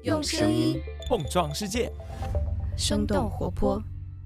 用声音碰撞世界， 生动活泼。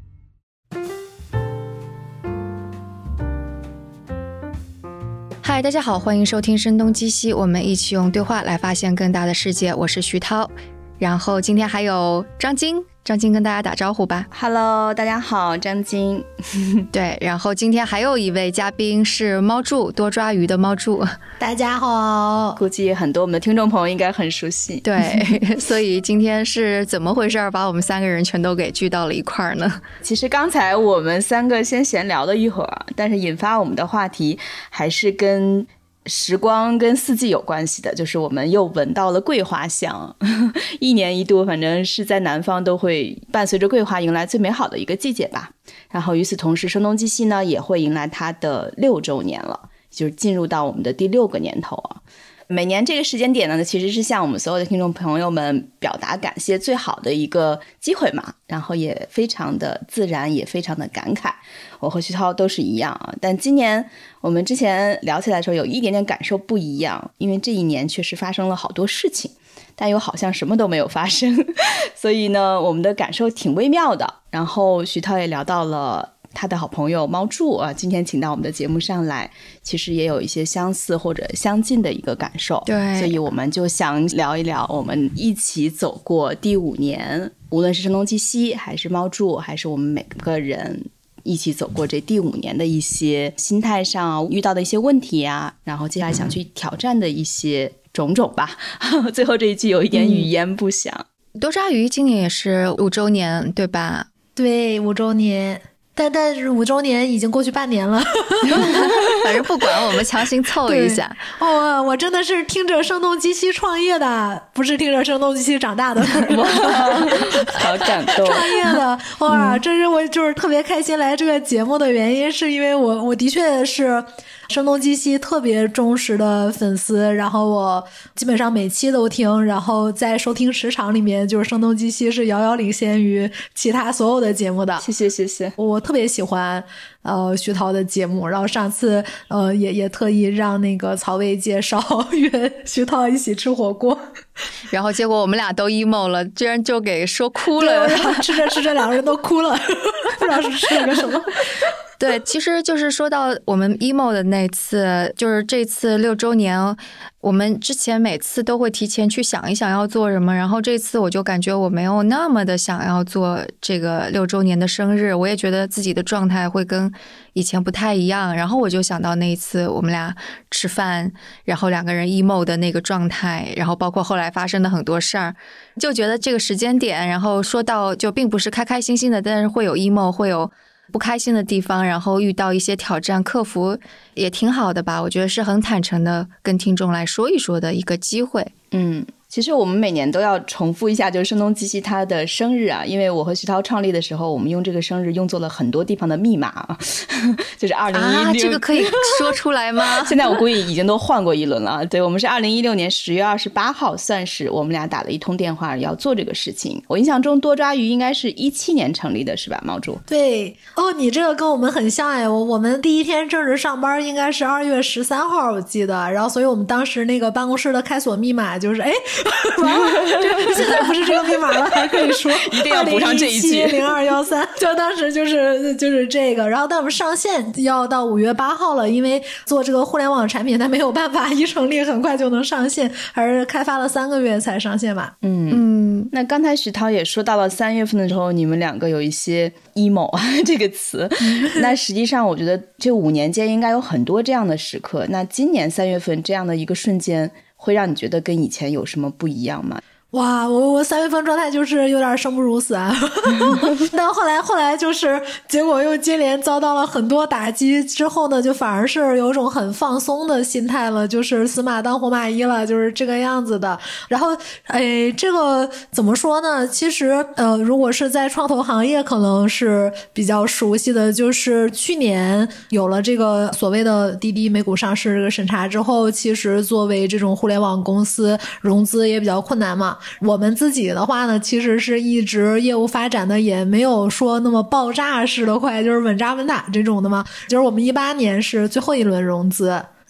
嗨，大家好，欢迎收听声东击西，我们一起用对话来发现更大的世界。我是徐涛，然后今天还有张晶跟大家打招呼吧。 Hello， 大家好，张晶。 对，然后今天还有一位嘉宾是猫柱，多抓鱼的猫柱。 大家好。 估计很多我们的听众朋友应该很熟悉。 对，所以今天是怎么回事，把我们三个人全都给聚到了一块儿呢？ 其实刚才我们三个先闲聊了一会儿，但是引发我们的话题还是跟时光跟四季有关系的，就是我们又闻到了桂花香。一年一度，反正是在南方都会伴随着桂花迎来最美好的一个季节吧。然后与此同时，声东击西呢也会迎来它的6周年了，就是进入到我们的第6个年头啊。每年这个时间点呢，其实是向我们所有的听众朋友们表达感谢最好的一个机会嘛，然后也非常的自然，也非常的感慨。我和徐涛都是一样啊，但今年我们之前聊起来的时候有一点点感受不一样，因为这一年确实发生了好多事情，但又好像什么都没有发生，所以呢，我们的感受挺微妙的。然后徐涛也聊到了他的好朋友猫柱啊，今天请到我们的节目上来，其实也有一些相似或者相近的一个感受。 对， 所以我们就想聊一聊我们一起走过第5年，无论是声东击西还是猫柱，还是我们每个人一起走过这第5年的一些心态上遇到的一些问题啊，然后接下来想去挑战的一些种种吧。最后这一句有一点语焉不详。 多抓鱼今年也是5周年对吧？ 对，5周年。但是5周年已经过去半年了。 反正不管，我们强行凑一下。 我真的是听着声东击西创业的，不是听着声东击西长大的。 好感动。 创业的，哇，这是我就是特别开心来这个节目的原因，是因为我的确是声东击西特别忠实的粉丝，然后我基本上每期都听，然后在收听时长里面就是声东击西是遥遥领先于其他所有的节目的。 谢谢。 我特别喜欢徐涛的节目，然后上次也特意让那个曹薇介绍约徐涛一起吃火锅， 然后结果我们俩都 emo 了，居然就给说哭了。 然后吃着两个人都哭了，不知道是吃了个什么。 对，其实就是说到我们 emo 的那次，就是这次6周年，我们之前每次都会提前去想一想要做什么，然后这次我就感觉我没有那么的想要做这个6周年的生日，我也觉得自己的状态会跟以前不太一样，然后我就想到那一次我们俩吃饭，然后2个人 emo 的那个状态，然后包括后来发生的很多事儿，就觉得这个时间点，然后说到就并不是开开心心的，但是会有 emo， 会有不开心的地方，然后遇到一些挑战，克服也挺好的吧。我觉得是很坦诚的跟听众来说一说的一个机会。 其实我们每年都要重复一下，就是声东击西他的生日啊，因为我和徐涛创立的时候，我们用这个生日用作了很多地方的密码，就是2016。 这个可以说出来吗？ 现在我估计已经都换过一轮了。对，我们是2016年10月28号，算是我们俩打了一通电话要做这个事情。我印象中多抓鱼应该是17年成立的是吧，猫柱？ 对，你这个跟我们很像哎，我们第一天正式上班应该是2月13号，我记得，然后所以我们当时那个办公室的开锁密码就是完了，现在不是这个密码了，还可以说一定要补上这一句 0213，就当时就是这个。然后但我们上线要到5月8号了，因为做这个互联网产品它没有办法一成立很快就能上线，还是开发了3个月才上线吧。 那刚才徐涛也说到了3月份的时候，你们2个有一些 emo 这个词。那实际上我觉得这5年间应该有很多这样的时刻。那今年3月份这样的一个瞬间，会让你觉得跟以前有什么不一样吗？ 哇，我3月份状态就是有点生不如死啊。但后来就是结果又接连遭到了很多打击之后呢，就反而是有种很放松的心态了，就是死马当活马医了，就是这个样子的。然后这个怎么说呢，其实如果是在创投行业可能是比较熟悉的，就是去年有了这个所谓的滴滴美股上市这个审查之后，其实作为这种互联网公司融资也比较困难嘛。我们自己的话呢，其实是一直业务发展的也没有说那么爆炸式的快，就是稳扎稳打这种的嘛。就是我们18年是最后一轮融资，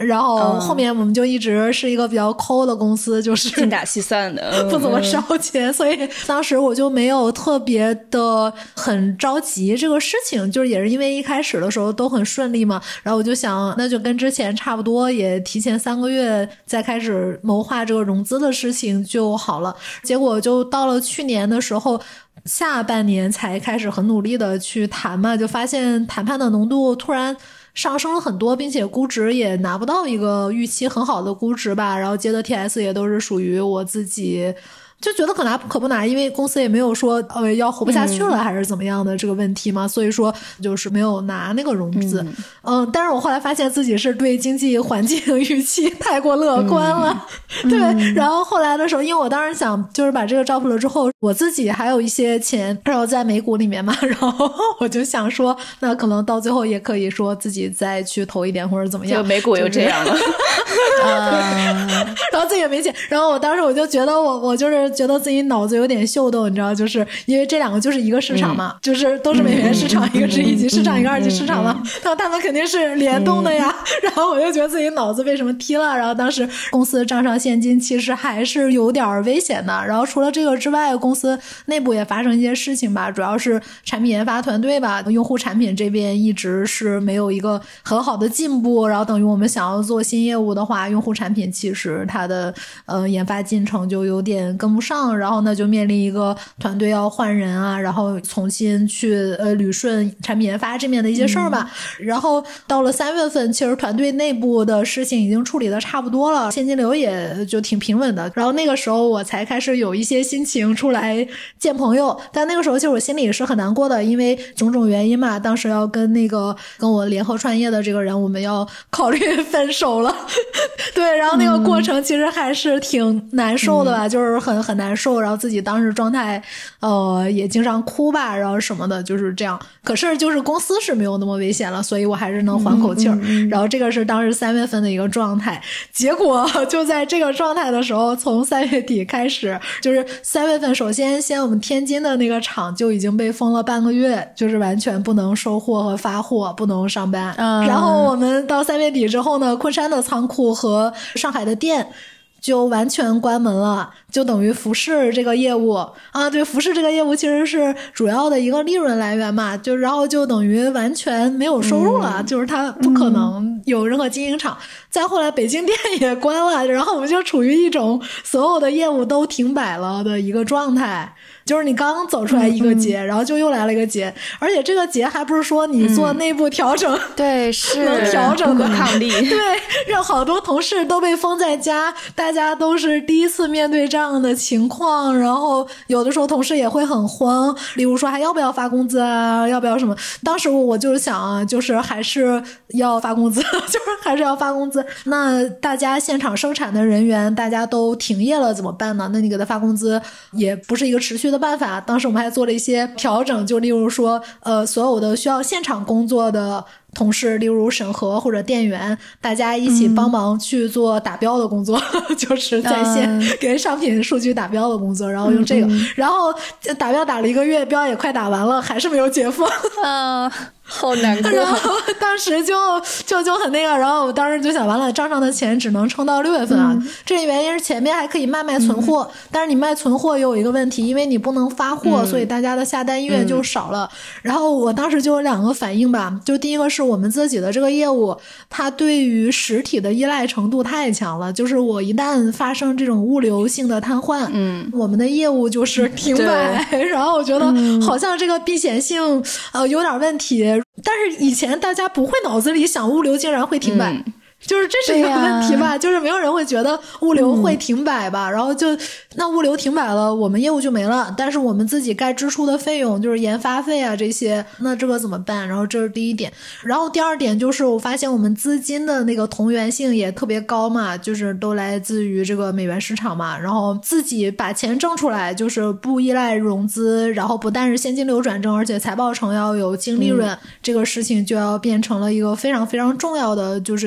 然后后面我们就一直是一个比较抠的公司，就是精打细算的， 不怎么烧钱，所以当时我就没有特别的很着急这个事情，就是也是因为一开始的时候都很顺利嘛，然后我就想那就跟之前差不多，也提前3个月再开始谋划这个融资的事情就好了。结果就到了去年的时候，下半年才开始很努力的去谈嘛，就发现谈判的浓度突然上升了很多，并且估值也拿不到一个预期很好的估值吧，然后接的 TS 也都是属于我自己就觉得可拿可不拿，因为公司也没有说要活不下去了还是怎么样的这个问题嘛，所以说就是没有拿那个融资。但是我后来发现自己是对经济环境预期太过乐观了。对，然后后来的时候，因为我当时想就是把这个招付了之后，我自己还有一些钱然后在美股里面嘛，然后我就想说那可能到最后也可以说自己再去投一点或者怎么样， 就美股又这样了。 然后自己也没钱，然后我当时我就觉得我就是觉得自己脑子有点秀逗，你知道，就是因为这两个就是一个市场嘛，就是都是美元市场，一个是1级市场，一个2级市场嘛，那他们肯定是联动的呀。然后我就觉得自己脑子被什么踢了，然后当时公司账上现金其实还是有点危险的。然后除了这个之外，公司内部也发生一些事情吧，主要是产品研发团队吧，用户产品这边一直是没有一个很好的进步，然后等于我们想要做新业务的话，用户产品其实它的研发进程就有点跟不上，然后呢就面临一个团队要换人啊，然后重新去捋顺产品研发这面的一些事儿吧。然后到了3月份，其实团队内部的事情已经处理的差不多了，现金流也就挺平稳的，然后那个时候我才开始有一些心情出来见朋友。但那个时候其实我心里是很难过的，因为种种原因嘛，当时要跟我联合创业的这个人我们要考虑分手了。对，然后那个过程其实还是挺难受的吧，就是很难受，然后自己当时状态也经常哭吧，然后什么的，就是这样。可是就是公司是没有那么危险了，所以我还是能缓口气儿。然后这个是当时3月份的一个状态。结果就在这个状态的时候，从3月底开始，就是3月份首先我们天津的那个厂就已经被封了半个月，就是完全不能收货和发货，不能上班。然后我们到3月底之后呢，昆山的仓库和上海的店就完全关门了，就等于服饰这个业务啊，对，服饰这个业务其实是主要的一个利润来源嘛，就然后就等于完全没有收入了，就是它不可能有任何经营场。再后来北京店也关了，然后我们就处于一种所有的业务都停摆了的一个状态，就是你刚走出来一个节，然后就又来了一个节，而且这个节还不是说你做内部调整， 对，是能调整的抗力， 对，让好多同事都被封在家，大家都是第一次面对这样的情况，然后有的时候同事也会很慌，例如说还要不要发工资啊，要不要什么。当时我就是想啊，就是还是要发工资，就是还是要发工资。那大家现场生产的人员大家都停业了怎么办呢？那你给他发工资也不是一个持续的办法。当时我们还做了一些调整，就例如说所有的需要现场工作的同事，例如审核或者店员，大家一起帮忙去做打标的工作，就是在线给商品数据打标的工作，然后用这个，然后打标打了1个月，标也快打完了，还是没有解封。 好难过。 然后当时就很那个，然后我当时就想，完了，账上的钱只能撑到6月份啊。这个原因是前面还可以卖存货，但是你卖存货又有一个问题，因为你不能发货，所以大家的下单意愿就少了。然后我当时就有2个反应吧，就第一个是我们自己的这个业务，它对于实体的依赖程度太强了，就是我一旦发生这种物流性的瘫痪，我们的业务就是停摆。然后我觉得好像这个避险性有点问题。但是以前大家不会脑子里想物流竟然会停摆，就是这是一个问题吧，就是没有人会觉得物流会停摆吧，然后就那物流停摆了，我们业务就没了，但是我们自己该支出的费用就是研发费啊这些，那这个怎么办？然后这是第一点。然后第二点就是我发现我们资金的那个同源性也特别高嘛，就是都来自于这个美元市场嘛，然后自己把钱挣出来，就是不依赖融资，然后不但是现金流转正，而且财报成要有净利润，这个事情就要变成了一个非常非常重要的，就是今年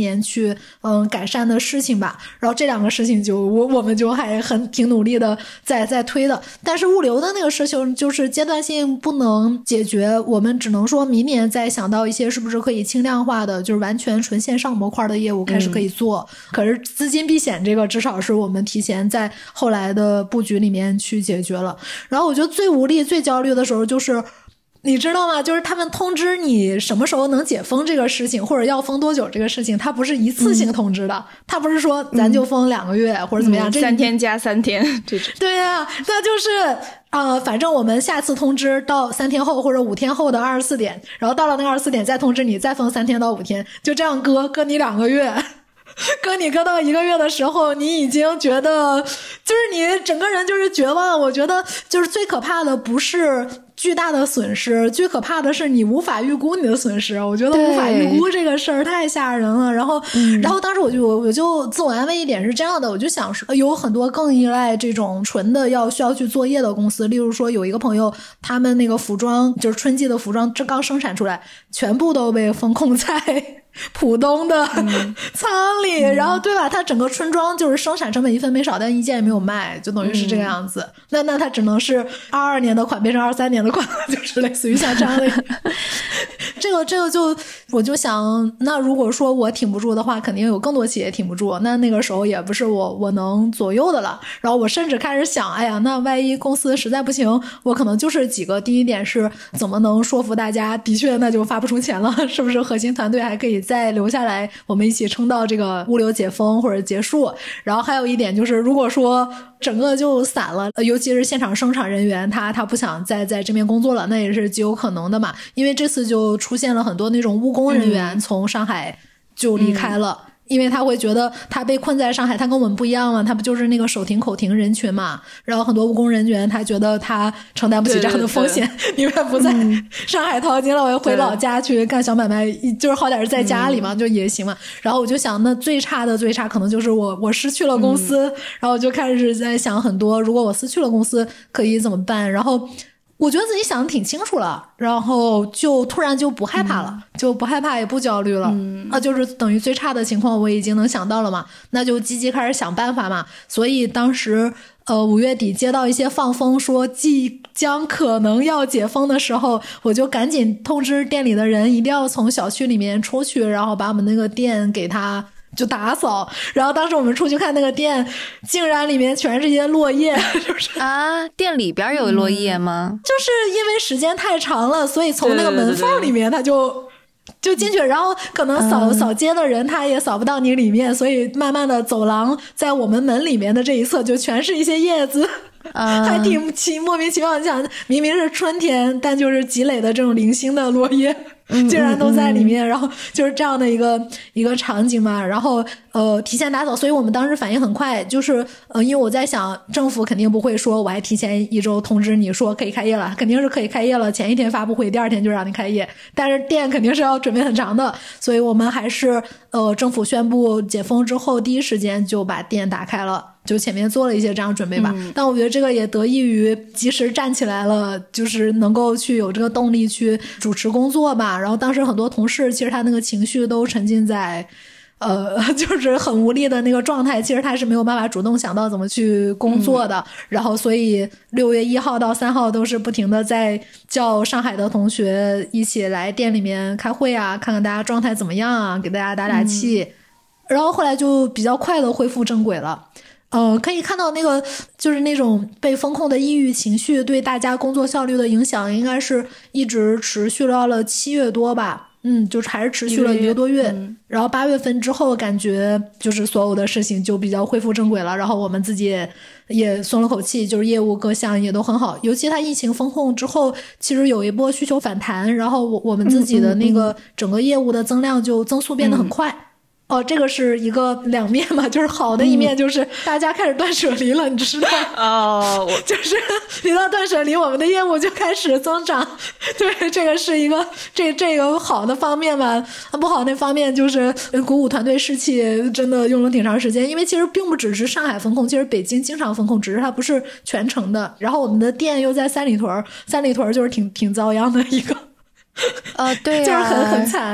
面去改善的事情吧。然后这2个事情就我们就还挺努力的在推的。但是物流的那个事情就是阶段性不能解决，我们只能说明年再想到一些是不是可以轻量化的，就是完全纯线上模块的业务开始可以做。可是资金避险这个至少是我们提前在后来的布局里面去解决了。然后我觉得最无力最焦虑的时候就是你知道吗，就是他们通知你什么时候能解封这个事情或者要封多久这个事情，它不是一次性通知的，它不是说咱就封2个月或者怎么样 ，3天加3天这种。 对啊，那就是反正我们下次通知到3天后或者5天后的24点，然后到了那个24点再通知你再封3天到5天，就这样搁你2个月。搁到1个月的时候，你已经觉得就是你整个人就是绝望。我觉得就是最可怕的不是巨大的损失，最可怕的是你无法预估你的损失。我觉得无法预估这个事儿太吓人了。然后当时我就自我安慰一点是这样的，我就想说有很多更依赖这种纯的需要去作业的公司，例如说有一个朋友，他们那个服装就是春季的服装这刚生产出来，全部都被封控在浦东的仓里，然后对吧，他整个春装就是生产成本一分没少，但一件也没有卖，就等于是这个样子。那他只能是22年的款变成23年的款，就是类似于像这样的这个就我就想，那如果说我挺不住的话，肯定有更多企业挺不住，那个时候也不是我能左右的了。然后我甚至开始想，哎呀，那万一公司实在不行，我可能就是几个，第一点是怎么能说服大家的确那就发不出钱了，是不是核心团队还可以再留下来，我们一起撑到这个物流解封或者结束。然后还有一点就是，如果说整个就散了，尤其是现场生产人员他不想再在这边工作了，那也是极有可能的嘛。因为这次就出现了很多那种务工人员从上海就离开了，因为他会觉得他被困在上海，他跟我们不一样嘛，他不就是那个手停口停人群嘛，然后很多务工人员他觉得他承担不起这样的风险，宁愿不在上海淘金了，我要回老家去干小买卖，就是好点是在家里嘛，就也行嘛。然后我就想，那最差的最差可能就是我失去了公司，然后我就开始在想很多，如果我失去了公司可以怎么办。然后我觉得自己想的挺清楚了，然后就突然就不害怕了，就不害怕也不焦虑了，就是等于最差的情况我已经能想到了嘛，那就积极开始想办法嘛。所以当时5月底接到一些放风说即将可能要解封的时候，我就赶紧通知店里的人一定要从小区里面出去，然后把我们那个店给它就打扫。然后当时我们出去看那个店，竟然里面全是一些落叶，就是店里边有落叶吗？ 就是因为时间太长了，所以从那个门缝里面它就进去，然后可能扫街的人他也扫不到你里面，所以慢慢的走廊在我们门里面的这一侧就全是一些叶子，还挺莫名其妙。你想明明是春天，但就是积累的这种零星的落叶竟然都在里面，然后就是这样的一个场景嘛。然后提前打扫，所以我们当时反应很快，就是因为我在想政府肯定不会说我还提前1周通知你说可以开业了，肯定是可以开业了，前一天发布会，第2天就让你开业，但是店肯定是要准备很长的，所以我们还是政府宣布解封之后第一时间就把店打开了，就前面做了一些这样准备吧。但我觉得这个也得益于及时站起来了，就是能够去有这个动力去主持工作吧。然后当时很多同事其实他那个情绪都沉浸在就是很无力的那个状态，其实他是没有办法主动想到怎么去工作的。然后所以6月1号到3号都是不停的在叫上海的同学一起来店里面开会啊，看看大家状态怎么样啊，给大家打打气。然后后来就比较快的恢复正轨了。可以看到那个就是那种被封控的抑郁情绪对大家工作效率的影响，应该是一直持续到了7月多吧。就是还是持续了1个多月。然后8月份之后感觉就是所有的事情就比较恢复正轨了，然后我们自己也松了口气，就是业务各项也都很好。尤其它疫情封控之后其实有一波需求反弹，然后我们自己的那个整个业务的增量就增速变得很快。这个是一个两面嘛，就是好的一面就是大家开始断舍离了，你知道就是一到断舍离我们的业务就开始增长。对，这个是一个这个好的方面吧。不好那方面就是鼓舞团队士气，真的用了挺长时间。因为其实并不只是上海封控，其实北京经常封控，只是它不是全程的。然后我们的店又在三里屯就是挺遭殃的一个对就是很惨。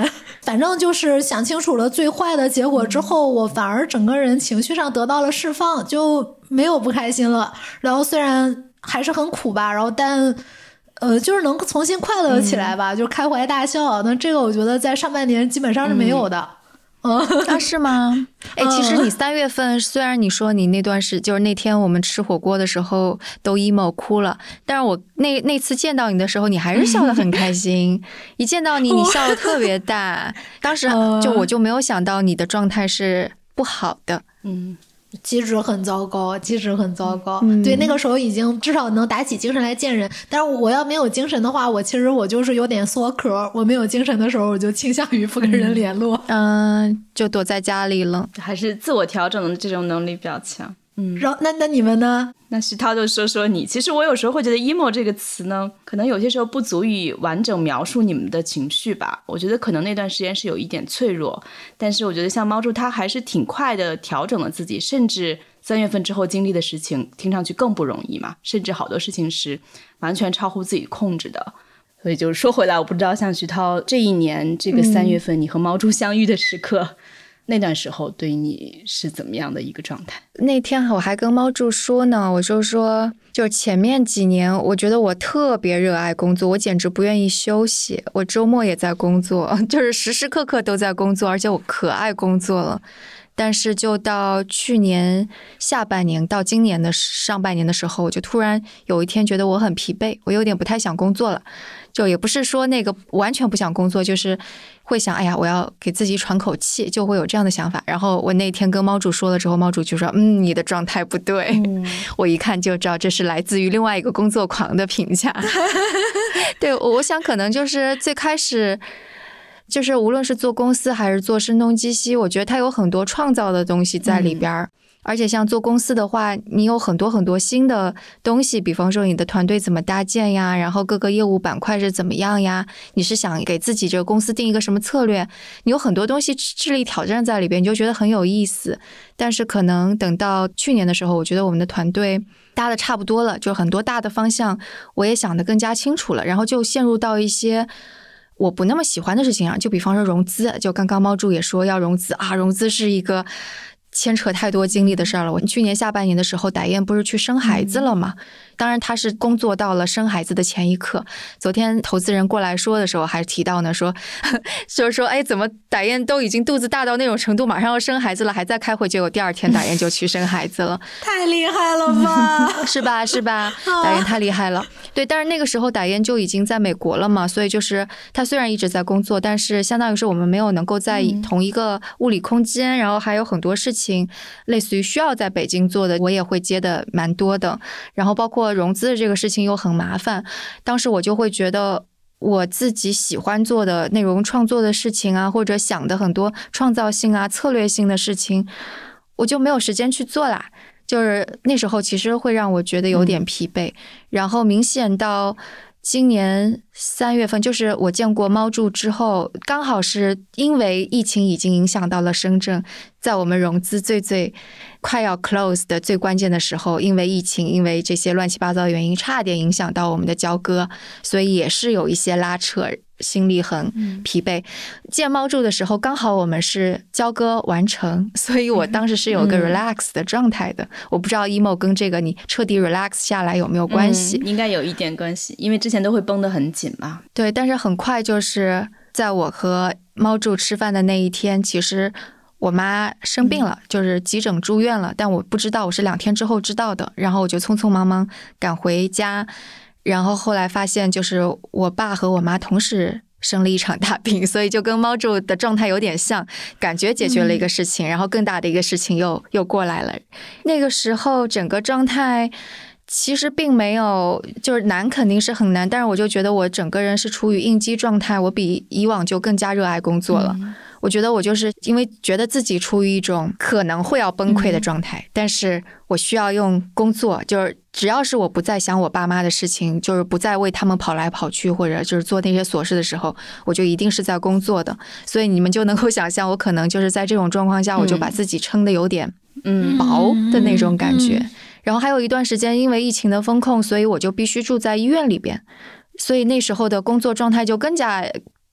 反正就是想清楚了最坏的结果之后，我反而整个人情绪上得到了释放，就没有不开心了。然后虽然还是很苦吧，然后但就是能重新快乐起来吧，就开怀大笑。那这个我觉得在上半年基本上是没有的。 啊，是吗？其实你3月份虽然你说你那段时就是那天我们吃火锅的时候都 emo 哭了，但是我那次见到你的时候，你还是笑得很开心。一见到你，你笑得特别大。当时我就没有想到你的状态是不好的。 机制很糟糕，对，那个时候已经至少能打起精神来见人。但是我要没有精神的话，我其实就是有点缩壳。我没有精神的时候，我就倾向于不跟人联络， 就躲在家里了。 还是自我调整的这种能力比较强。 然后那你们呢？ 那徐涛就说说你。其实我有时候会觉得 emo 这个词呢，可能有些时候不足以完整描述你们的情绪吧。我觉得可能那段时间是有一点脆弱，但是我觉得像猫柱他还是挺快的调整了自己，甚至3月份之后经历的事情听上去更不容易嘛，甚至好多事情是完全超乎自己控制的。所以就是说回来，我不知道像徐涛这一年这个3月份你和猫柱相遇的时刻，那段时候对你是怎么样的一个状态？ 那天我还跟猫柱说呢，我就说就前面几年我觉得我特别热爱工作，我简直不愿意休息，我周末也在工作，就是时时刻刻都在工作，而且我可爱工作了。但是就到去年下半年到今年的上半年的时候，我就突然有一天觉得我很疲惫，我有点不太想工作了。就也不是说那个完全不想工作，就是会想哎呀我要给自己喘口气，就会有这样的想法。然后我那天跟猫主说了之后，猫主就说你的状态不对。我一看就知道这是来自于另外一个工作狂的评价。对，我想可能就是最开始就是无论是做公司还是做声东击西，我觉得它有很多创造的东西在里边。而且像做公司的话，你有很多很多新的东西，比方说你的团队怎么搭建呀，然后各个业务板块是怎么样呀，你是想给自己这个公司定一个什么策略，你有很多东西智力挑战在里边，你就觉得很有意思。但是可能等到去年的时候，我觉得我们的团队搭的差不多了，就很多大的方向我也想得更加清楚了，然后就陷入到一些我不那么喜欢的事情上，就比方说融资，就刚刚猫柱也说要融资啊，融资是一个牵扯太多精力的事儿了。我去年下半年的时候，傣燕不是去生孩子了吗？当然他是工作到了生孩子的前一刻。昨天投资人过来说的时候还提到呢，就是说哎，怎么傣燕都已经肚子大到那种程度，马上要生孩子了，还在开会，结果第二天傣燕就去生孩子了。 太厉害了吧？ 是吧傣燕太厉害了。对，但是那个时候傣燕就已经在美国了嘛，所以就是他虽然一直在工作，但是相当于是我们没有能够在同一个物理空间，然后还有很多事情类似于需要在北京做的，我也会接的蛮多的。然后包括融资的这个事情又很麻烦，当时我就会觉得我自己喜欢做的内容创作的事情啊，或者想的很多创造性啊策略性的事情，我就没有时间去做啦。就是那时候其实会让我觉得有点疲惫。然后明显到今年3月份，就是我见过猫柱之后，刚好是因为疫情已经影响到了深圳，在我们融资最快要 close 的最关键的时候，因为疫情，因为这些乱七八糟的原因，差点影响到我们的交割，所以也是有一些拉扯，心里很疲惫。见猫柱的时候，刚好我们是交割完成，所以我当时是有个 relax 的状态的。我不知道 emo 跟这个你彻底 relax 下来有没有关系？ 应该有一点关系，因为之前都会绷得很紧嘛。 对，但是很快就是在我和猫柱吃饭的那一天，其实我妈生病了，就是急诊住院了，但我不知道，我是2天之后知道的。然后我就匆匆忙忙赶回家，然后后来发现就是我爸和我妈同时生了一场大病，所以就跟猫柱的状态有点像，感觉解决了一个事情，然后更大的一个事情又过来了。那个时候整个状态其实并没有，就是难肯定是很难，但是我就觉得我整个人是处于应激状态，我比以往就更加热爱工作了。我觉得我就是因为觉得自己处于一种可能会要崩溃的状态，但是我需要用工作，就是只要是我不再想我爸妈的事情，就是不再为他们跑来跑去，或者就是做那些琐事的时候，我就一定是在工作的。所以你们就能够想象，我可能就是在这种状况下，我就把自己撑得有点薄的那种感觉。然后还有一段时间因为疫情的封控，所以我就必须住在医院里边，所以那时候的工作状态就更加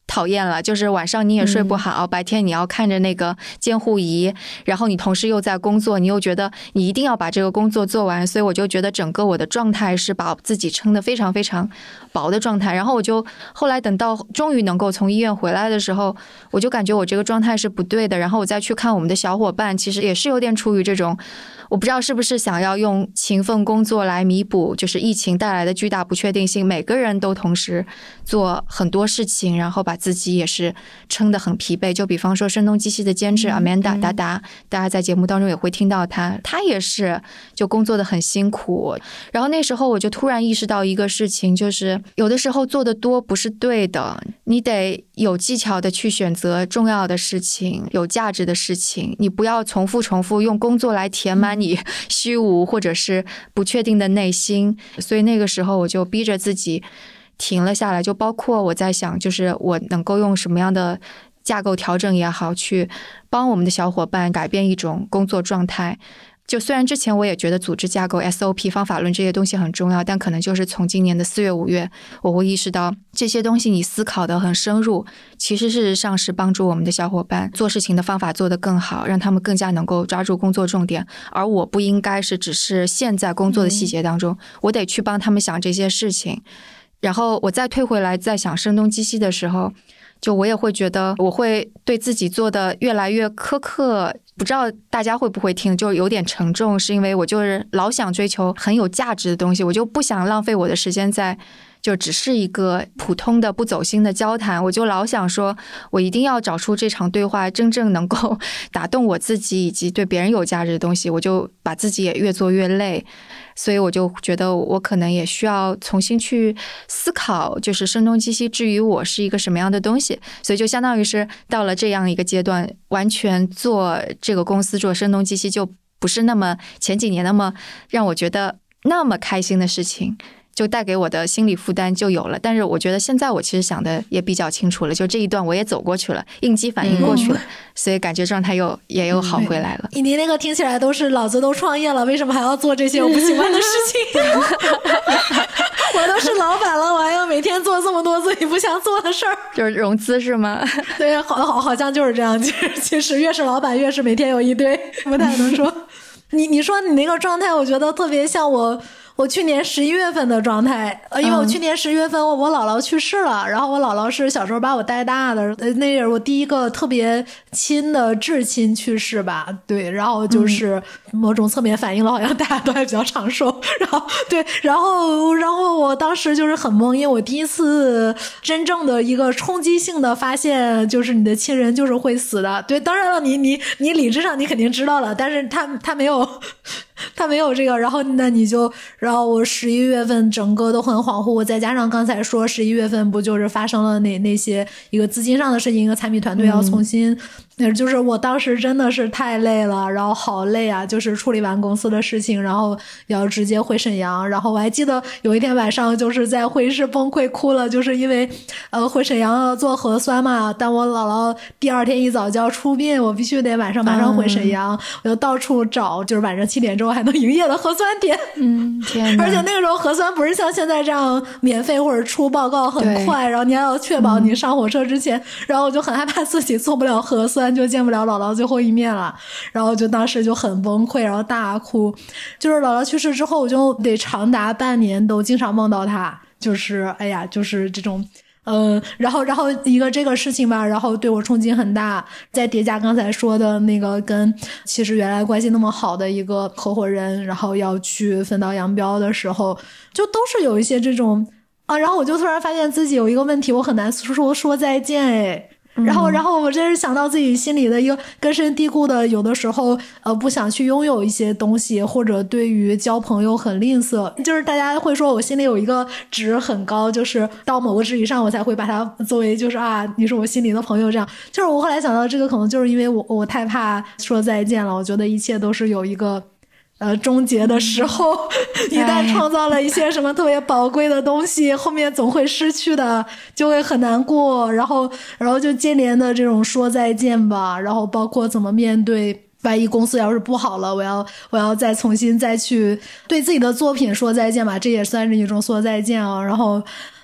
讨厌了，就是晚上你也睡不好，白天你要看着那个监护仪，然后你同时又在工作，你又觉得你一定要把这个工作做完，所以我就觉得整个我的状态是把自己撑得非常非常薄的状态。然后我就后来等到终于能够从医院回来的时候，我就感觉我这个状态是不对的，然后我再去看我们的小伙伴，其实也是有点处于这种，我不知道是不是想要用勤奋工作来弥补就是疫情带来的巨大不确定性，每个人都同时做很多事情，然后把自己也是撑得很疲惫。就比方说声东击西的监制 Amanda 达达，大家在节目当中也会听到她也是就工作得很辛苦。然后那时候我就突然意识到一个事情，就是有的时候做得多不是对的，你得有技巧的去选择重要的事情，有价值的事情，你不要重复用工作来填满你虚无或者是不确定的内心。所以那个时候我就逼着自己停了下来，就包括我在想，就是我能够用什么样的架构调整也好，去帮我们的小伙伴改变一种工作状态。就虽然之前我也觉得组织架构 SOP 方法论这些东西很重要，但可能就是从今年的4月5月，我会意识到这些东西你思考的很深入，其实事实上是帮助我们的小伙伴做事情的方法做得更好，让他们更加能够抓住工作重点。而我不应该是只是陷在工作的细节当中，我得去帮他们想这些事情。然后我再退回来再想声东击西的时候，就我也会觉得我会对自己做的越来越苛刻，不知道大家会不会听，就有点沉重，是因为我就是老想追求很有价值的东西，我就不想浪费我的时间在就只是一个普通的不走心的交谈，我就老想说我一定要找出这场对话真正能够打动我自己以及对别人有价值的东西，我就把自己也越做越累。所以我就觉得我可能也需要重新去思考，就是声东击西至于我是一个什么样的东西。所以就相当于是到了这样一个阶段，完全做这个公司做声东击西就不是那么前几年那么让我觉得那么开心的事情，就带给我的心理负担就有了。但是我觉得现在我其实想的也比较清楚了，就这一段我也走过去了，应激反应过去了，所以感觉状态也有好回来了。 你那个听起来都是老子都创业了，为什么还要做这些我不喜欢的事情？我都是老板了，我还要每天做这么多自己不想做的事儿， 就是融资是吗？ 对，好像就是这样。其实越是老板，越是每天有一堆，不太能说。你说你那个状态，我觉得特别像我去年11月份的状态，因为我去年11月份我姥姥去世了，然后我姥姥是小时候把我带大的，那也是我第一个特别亲的至亲去世吧，对，然后就是某种侧面反映了好像大家都还比较长寿，然后对，然后我当时就是很懵，因为我第一次真正的一个冲击性的发现，就是你的亲人就是会死的，对，当然了，你理智上你肯定知道了，但是他没有这个，然后那你就，然后我11月份整个都很恍惚，我再加上刚才说11月份不就是发生了那些一个资金上的事情，一个产品团队要重新，就是我当时真的是太累了，然后好累啊，就是处理完公司的事情，然后要直接回沈阳，然后我还记得有一天晚上就是在会议室崩溃哭了，就是因为回沈阳要做核酸嘛，但我姥姥第二天一早就要出殡，我必须得晚上马上回沈阳，我就到处找，就是晚上7点钟还能营业的核酸点， 天哪！ 而且那个时候核酸不是像现在这样免费或者出报告很快，然后你还要确保你上火车之前，然后我就很害怕自己做不了核酸，就见不了姥姥最后一面了，然后就当时就很崩溃，然后大哭，就是姥姥去世之后，我就得长达半年都经常梦到她，就是哎呀，就是这种。然后一个这个事情吧，然后对我冲击很大，再叠加刚才说的那个跟其实原来关系那么好的一个合伙人，然后要去分道扬镳的时候，就都是有一些这种啊，然后我就突然发现自己有一个问题，我很难说再见哎。然后我真是想到自己心里的一个根深蒂固的，有的时候不想去拥有一些东西，或者对于交朋友很吝啬，就是大家会说我心里有一个值很高，就是到某个值以上我才会把它作为就是啊你是我心里的朋友，这样就是我后来想到这个可能就是因为我太怕说再见了，我觉得一切都是有一个终结的时候，一旦创造了一些什么特别宝贵的东西，后面总会失去的，就会很难过，然后就接连的这种说再见吧，然后包括怎么面对万一公司要是不好了，我要再重新再去对自己的作品说再见吧，这也算是一种说再见啊，然后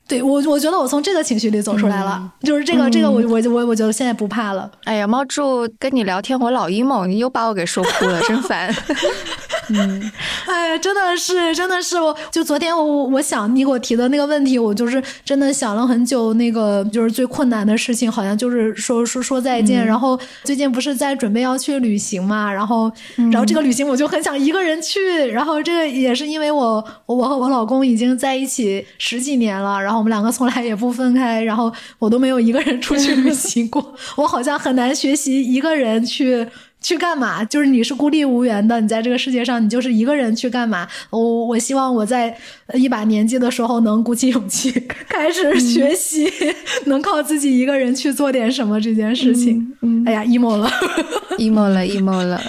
对，我觉得我从这个情绪里走出来了，就是这个我觉得现在不怕了。 哎呀，猫柱跟你聊天我老 emo， 你又把我给说哭了，真烦。 哎，真的是，我就昨天我想你给我提的那个问题，我就是真的想了很久。那个就是最困难的事情，好像就是说再见。然后最近不是在准备要去旅行嘛，然后这个旅行我就很想一个人去。然后这个也是因为我和我老公已经在一起10几年了，然后我们两个从来也不分开，然后我都没有一个人出去旅行过。我好像很难学习一个人去干嘛，就是你是孤立无援的，你在这个世界上你就是一个人去干嘛。我希望我在一把年纪的时候能鼓起勇气开始学习，能靠自己一个人去做点什么这件事情。哎呀 emo 了 emo 了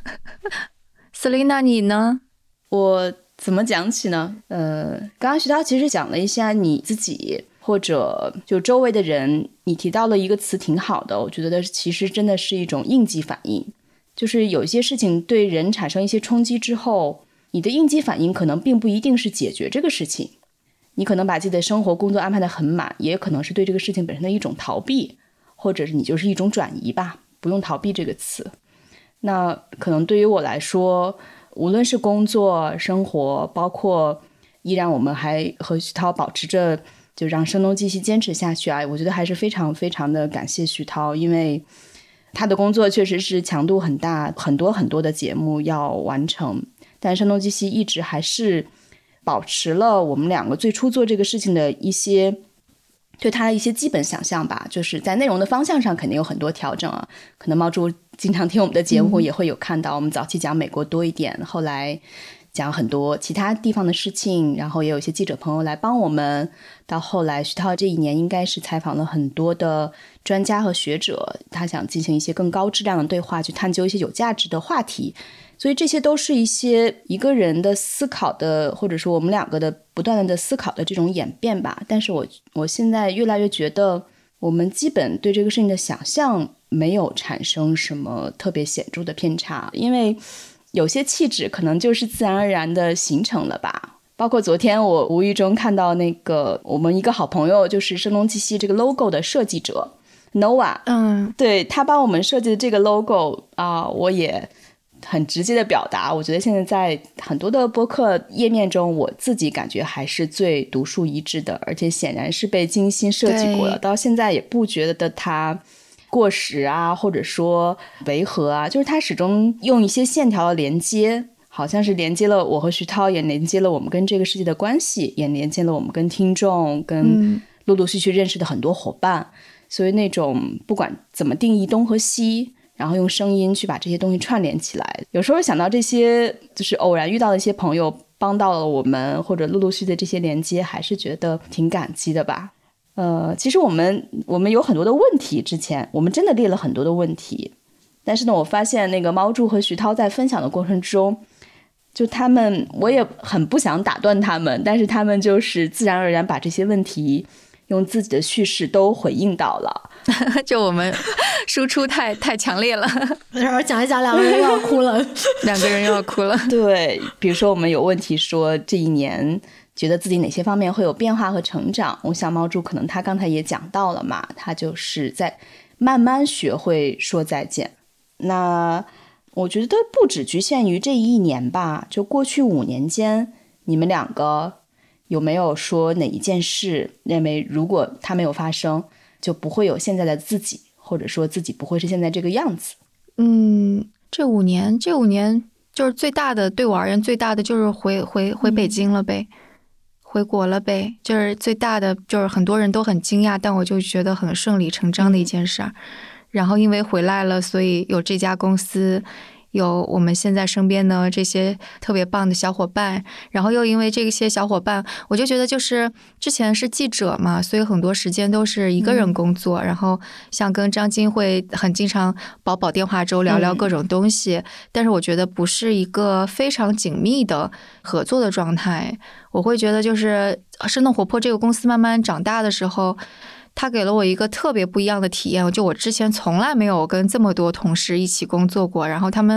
Selina 你呢？ 我怎么讲起呢？刚刚徐涛其实讲了一下你自己或者就周围的人，你提到了一个词挺好的，我觉得其实真的是一种应激反应。就是有一些事情对人产生一些冲击之后，你的应激反应可能并不一定是解决这个事情，你可能把自己的生活工作安排得很满，也可能是对这个事情本身的一种逃避，或者是你就是一种转移吧，不用逃避这个词。那可能对于我来说，无论是工作生活，包括依然我们还和徐涛保持着就让声东击西坚持下去啊，我觉得还是非常非常的感谢徐涛，因为他的工作确实是强度很大，很多的节目要完成，但声东击西一直还是保持了我们两个最初做这个事情的一些对他的一些基本想象吧，就是在内容的方向上肯定有很多调整啊，可能猫柱经常听我们的节目也会有看到，我们早期讲美国多一点，后来讲很多其他地方的事情，然后也有一些记者朋友来帮我们，到后来徐涛这一年应该是采访了很多的专家和学者，他想进行一些更高质量的对话，去探究一些有价值的话题，所以这些都是一些一个人的思考的，或者说我们两个的不断的思考的这种演变吧。但是我现在越来越觉得我们基本对这个事情的想象没有产生什么特别显著的偏差，因为有些气质可能就是自然而然的形成了吧。包括昨天我无意中看到那个我们一个好朋友，就是声东击西这个 logo 的设计者 Noah， 对，他帮我们设计的这个 logo 啊，我也很直接的表达，我觉得现在在很多的播客页面中，我自己感觉还是最独树一帜的，而且显然是被精心设计过的，到现在也不觉得它过时啊，或者说违和啊，就是它始终用一些线条的连接，好像是连接了我和徐涛，也连接了我们跟这个世界的关系，也连接了我们跟听众，跟陆陆续续认识的很多伙伴，所以那种不管怎么定义东和西，然后用声音去把这些东西串联起来，有时候想到这些就是偶然遇到的一些朋友帮到了我们，或者陆陆续续的这些连接，还是觉得挺感激的吧。其实我们有很多的问题，之前我们真的列了很多的问题，但是呢，我发现那个猫柱和徐涛在分享的过程中，就他们，我也很不想打断他们，但是他们就是自然而然把这些问题用自己的叙事都回应到了。 就我们输出太强烈了， 然后讲一讲，两个人又要哭了， 两个人又要哭了。 对，比如说我们有问题说这一年觉得自己哪些方面会有变化和成长，我想猫柱可能他刚才也讲到了嘛，他就是在慢慢学会说再见。那我觉得不只局限于这1年吧，就过去5年间，你们两个有没有说哪一件事认为如果它没有发生，就不会有现在的自己，或者说自己不会是现在这个样子？ 这5年就是最大的，对我而言最大的就是回北京了呗，回国了呗，就是最大的，就是很多人都很惊讶，但我就觉得很顺理成章的一件事儿。然后因为回来了，所以有这家公司，有我们现在身边的这些特别棒的小伙伴，然后又因为这些小伙伴，我就觉得就是之前是记者嘛，所以很多时间都是一个人工作，然后像跟张晶会很经常煲电话粥，聊聊各种东西，但是我觉得不是一个非常紧密的合作的状态。我会觉得就是生动活泼这个公司慢慢长大的时候，他给了我一个特别不一样的体验，就我之前从来没有跟这么多同事一起工作过，然后他们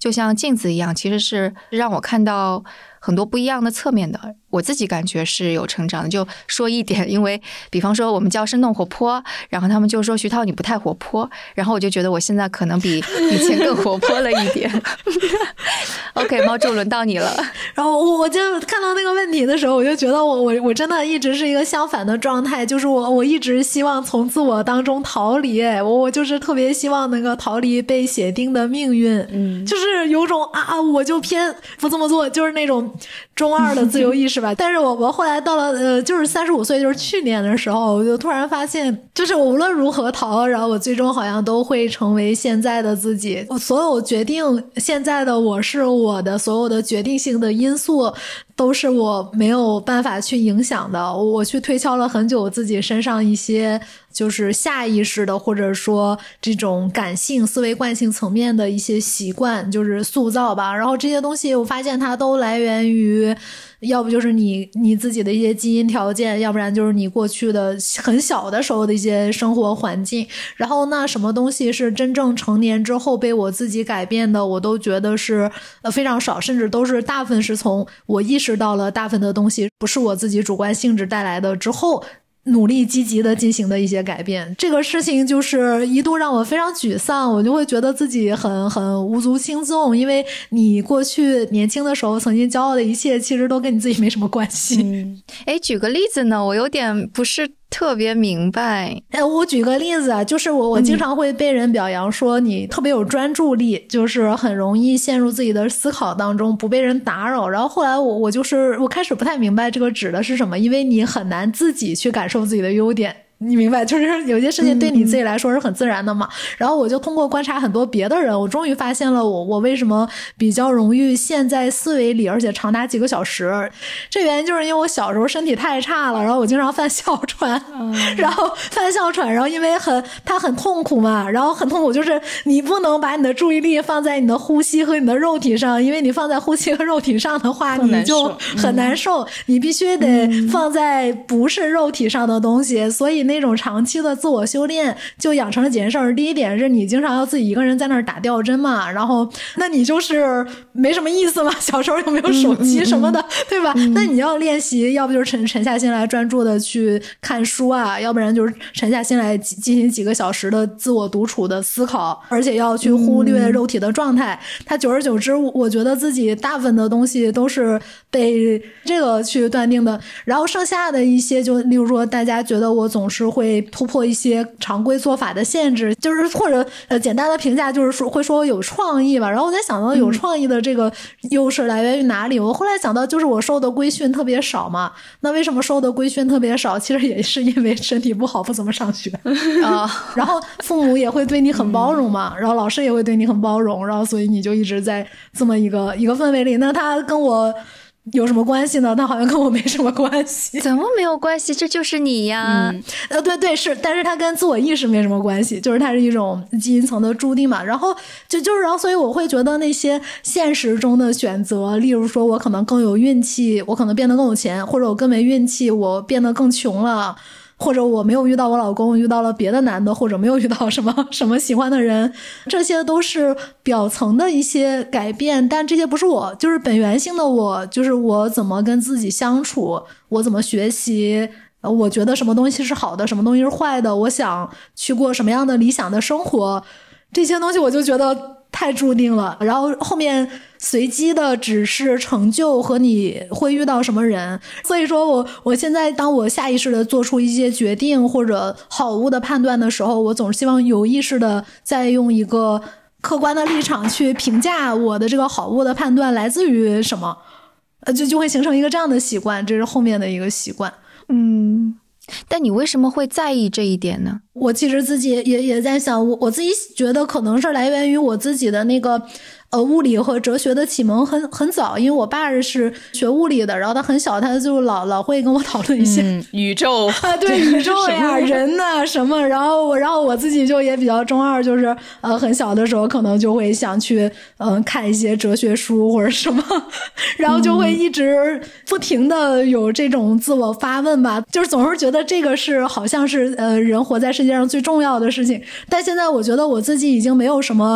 就像镜子一样，其实是让我看到很多不一样的侧面的。我自己感觉是有成长的。就说一点，因为比方说我们叫生动活泼，然后他们就说徐涛你不太活泼，然后我就觉得我现在可能比以前更活泼了一点。OK， 猫柱轮到你了。 然后我就看到那个问题的时候，我就觉得我真的一直是一个相反的状态，就是我一直希望从自我当中逃离，我就是特别希望能够逃离被写定的命运，就是有种我就偏不这么做，就是那种中二的自由意识吧。但是我后来到了就是35岁，就是去年的时候，我就突然发现，就是我无论如何逃，然后我最终好像都会成为现在的自己。我所有决定现在的我是我的所有的决定性的因素都是我没有办法去影响的。我去推敲了很久自己身上一些就是下意识的或者说这种感性思维惯性层面的一些习惯，就是塑造吧。然后这些东西我发现它都来源于要不就是你自己的一些基因条件，要不然就是你过去的很小的时候的一些生活环境。然后那什么东西是真正成年之后被我自己改变的，我都觉得是非常少，甚至都是大部分是从我意识到了大部分的东西不是我自己主观性质带来的之后努力积极的进行的一些改变。这个事情就是一度让我非常沮丧，我就会觉得自己很无足轻重，因为你过去年轻的时候曾经骄傲的一切其实都跟你自己没什么关系。 举个例子呢，我有点不是特别明白。 我举个例子啊，就是我经常会被人表扬说你特别有专注力，就是很容易陷入自己的思考当中，不被人打扰。然后后来我开始不太明白这个指的是什么，因为你很难自己去感受自己的优点。你明白，就是有些事情对你自己来说是很自然的嘛。然后我就通过观察很多别的人，我终于发现了我为什么比较容易陷在思维里，而且长达几个小时。这原因就是因为我小时候身体太差了，然后我经常犯哮喘，然后因为它很痛苦嘛，然后很痛苦，就是你不能把你的注意力放在你的呼吸和你的肉体上，因为你放在呼吸和肉体上的话，你就很难受，你必须得放在不是肉体上的东西。所以那种长期的自我修炼就养成了几件事儿。第一点是你经常要自己一个人在那儿打吊针嘛，然后那你就是没什么意思嘛，小时候又没有手机什么的，对吧？那你要练习，要不就是沉下心来专注的去看书啊，要不然就是沉下心来进行几个小时的自我独处的思考，而且要去忽略肉体的状态。它久而久之，我觉得自己大部分的东西都是被这个去断定的。然后剩下的一些，就例如说大家觉得我总是会突破一些常规做法的限制，就是或者简单的评价就是说会说有创意吧。然后我在想到有创意的这个优势来源于哪里，我后来想到就是我受的规训特别少嘛。那为什么受的规训特别少？其实也是因为身体不好，不怎么上学然后父母也会对你很包容嘛，然后老师也会对你很包容，然后所以你就一直在这么一个氛围里。那他跟我有什么关系呢？他好像跟我没什么关系。 怎么没有关系？这就是你呀。 对是，但是他跟自我意识没什么关系，就是它是一种基因层的注定嘛。然后然后所以我会觉得那些现实中的选择，例如说我可能更有运气，我可能变得更有钱，或者我更没运气，我变得更穷了，或者我没有遇到我老公，遇到了别的男的，或者没有遇到什么喜欢的人，这些都是表层的一些改变，但这些不是我，就是本源性的我，就是我怎么跟自己相处，我怎么学习，我觉得什么东西是好的，什么东西是坏的，我想去过什么样的理想的生活，这些东西我就觉得太注定了。然后后面随机的只是成就和你会遇到什么人。所以说我现在当我下意识的做出一些决定或者好恶的判断的时候，我总是希望有意识的再用一个客观的立场去评价我的这个好恶的判断来自于什么，就会形成一个这样的习惯，这是后面的一个习惯。 但你为什么会在意这一点呢？ 我其实自己也在想，我自己觉得可能是来源于我自己的那个物理和哲学的启蒙很早，因为我爸是学物理的，然后他很小他就老会跟我讨论一些宇宙对宇宙呀人呐什么，然后我自己就也比较中二，就是很小的时候可能就会想去看一些哲学书或者什么，然后就会一直不停的有这种自我发问吧，就是总是觉得这个是好像是人活在世界上最重要的事情。但现在我觉得我自己已经没有什么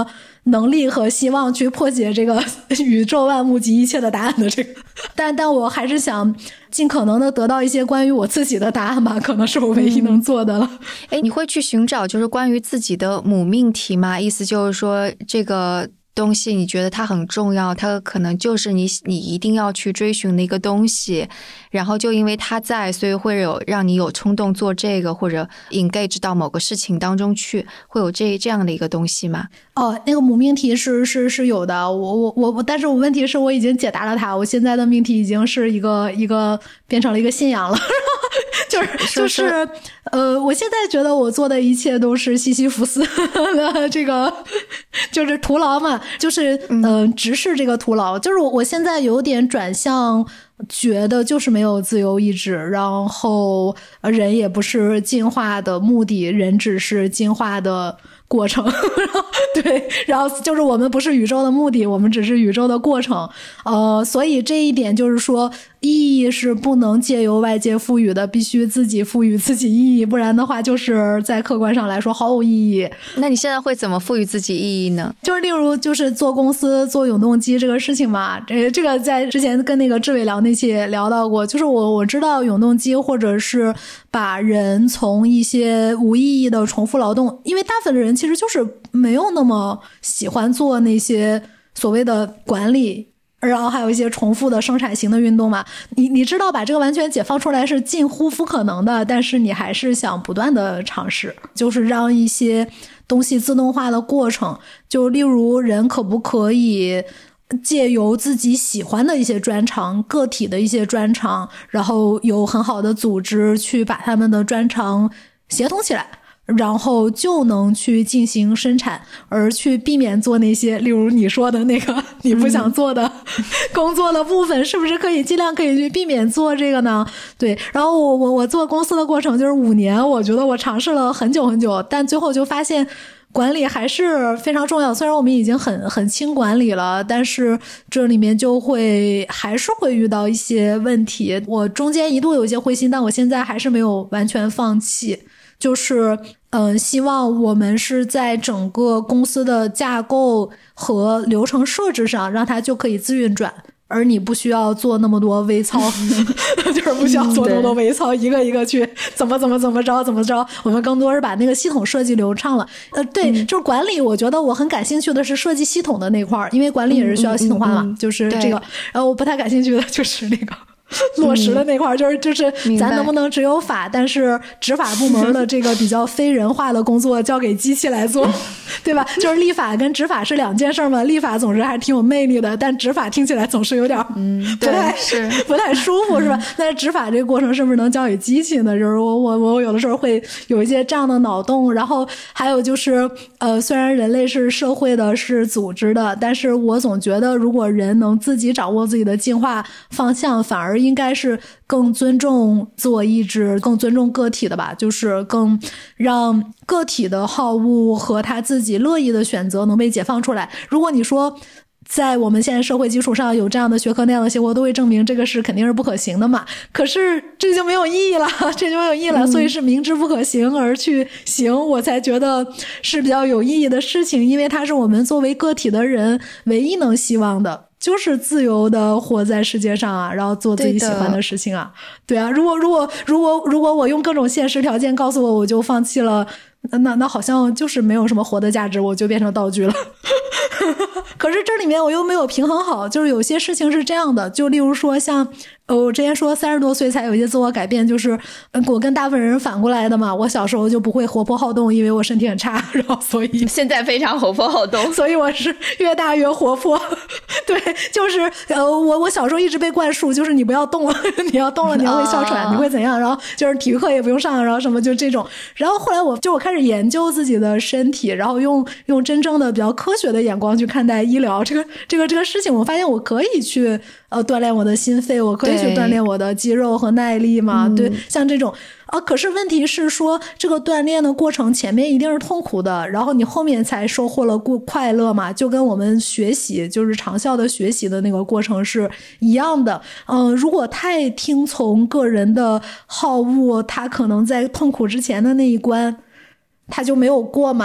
能力和希望去破解这个宇宙万物及一切的答案的这个，但我还是想尽可能的得到一些关于我自己的答案吧，可能是我唯一能做的了。 你会去寻找就是关于自己的母命题吗？意思就是说这个东西你觉得它很重要，它可能就是你一定要去追寻的一个东西，然后就因为它在，所以会让你有冲动做这个，或者 engage 到某个事情当中去，会有这样的一个东西吗？ 那个母命题是有的，但是我问题是我已经解答了它，我现在的命题已经是一个变成了一个信仰了。就是我现在觉得我做的一切都是西西弗斯的这个就是徒劳嘛，就是直视这个徒劳，就是我现在有点转向觉得就是没有自由意志，然后人也不是进化的目的，人只是进化的过程。对，然后就是我们不是宇宙的目的，我们只是宇宙的过程。所以这一点就是说意义是不能借由外界赋予的，必须自己赋予自己意义，不然的话就是在客观上来说毫无意义。 那你现在会怎么赋予自己意义呢？ 就是例如就是做公司做永动机这个事情嘛，这个在之前跟那个志伟聊那期也聊到过，就是我知道永动机或者是把人从一些无意义的重复劳动，因为大部分的人其实就是没有那么喜欢做那些所谓的管理，然后还有一些重复的生产型的运动嘛，你知道把这个完全解放出来是近乎不可能的，但是你还是想不断的尝试，就是让一些东西自动化的过程，就例如人可不可以借由自己喜欢的一些专长，个体的一些专长，然后有很好的组织去把他们的专长协同起来，然后就能去进行生产，而去避免做那些例如你说的那个你不想做的工作的部分，是不是可以尽量可以去避免做这个呢？对，然后我做公司的过程就是5年，我觉得我尝试了很久很久，但最后就发现管理还是非常重要，虽然我们已经很轻管理了，但是这里面就还是会遇到一些问题。我中间一度有一些灰心，但我现在还是没有完全放弃，就是希望我们是在整个公司的架构和流程设置上让它就可以自运转，而你不需要做那么多微操就是不需要做那么多微操，一个一个去怎么着，我们更多是把那个系统设计流畅了。对，就是管理我觉得我很感兴趣的是设计系统的那块儿，因为管理也是需要系统化嘛，就是这个。然后我不太感兴趣的就是那个落实的那块，就是咱能不能只有法，但是执法部门的这个比较非人化的工作交给机器来做，对吧？就是立法跟执法是两件事嘛，立法总是还挺有魅力的，但执法听起来总是有点不太舒服，是吧？但是执法这个过程是不是能交给机器呢？就是我有的时候会有一些这样的脑洞。然后还有就是虽然人类是社会的是组织的，但是我总觉得如果人能自己掌握自己的进化方向，反而应该是更尊重自我意志，更尊重个体的吧，就是更让个体的好恶和他自己乐意的选择能被解放出来。如果你说在我们现在社会基础上有这样的学科那样的结果，都会证明这个是肯定是不可行的嘛。可是这就没有意义了，所以是明知不可行而去行，我才觉得是比较有意义的事情，因为它是我们作为个体的人唯一能希望的，就是自由的活在世界上啊，然后做自己喜欢的事情啊。对啊，如果我用各种现实条件告诉我就放弃了，那好像就是没有什么活的价值，我就变成道具了。可是这里面我又没有平衡好，就是有些事情是这样的，就例如说像我之前说30多岁才有一些自我改变，就是我跟大部分人反过来的嘛。我小时候就不会活泼好动，因为我身体很差，然后所以现在非常活泼好动， 所以我是越大越活泼。对，就是我小时候一直被灌输，就是你不要动了，你要动了你会哮喘，你会怎样，然后就是体育课也不用上，然后什么就这种。然后后来我开始研究自己的身体，然后用真正的比较科学的眼光去看待医疗这个事情，我发现我可以去锻炼我的心肺，我可以去锻炼我的肌肉和耐力嘛。对，像这种可是问题是说这个锻炼的过程前面一定是痛苦的，然后你后面才收获了快乐嘛，就跟我们学习就是长效的学习的那个过程是一样的。如果太听从个人的好恶，他可能在痛苦之前的那一关他就没有过嘛。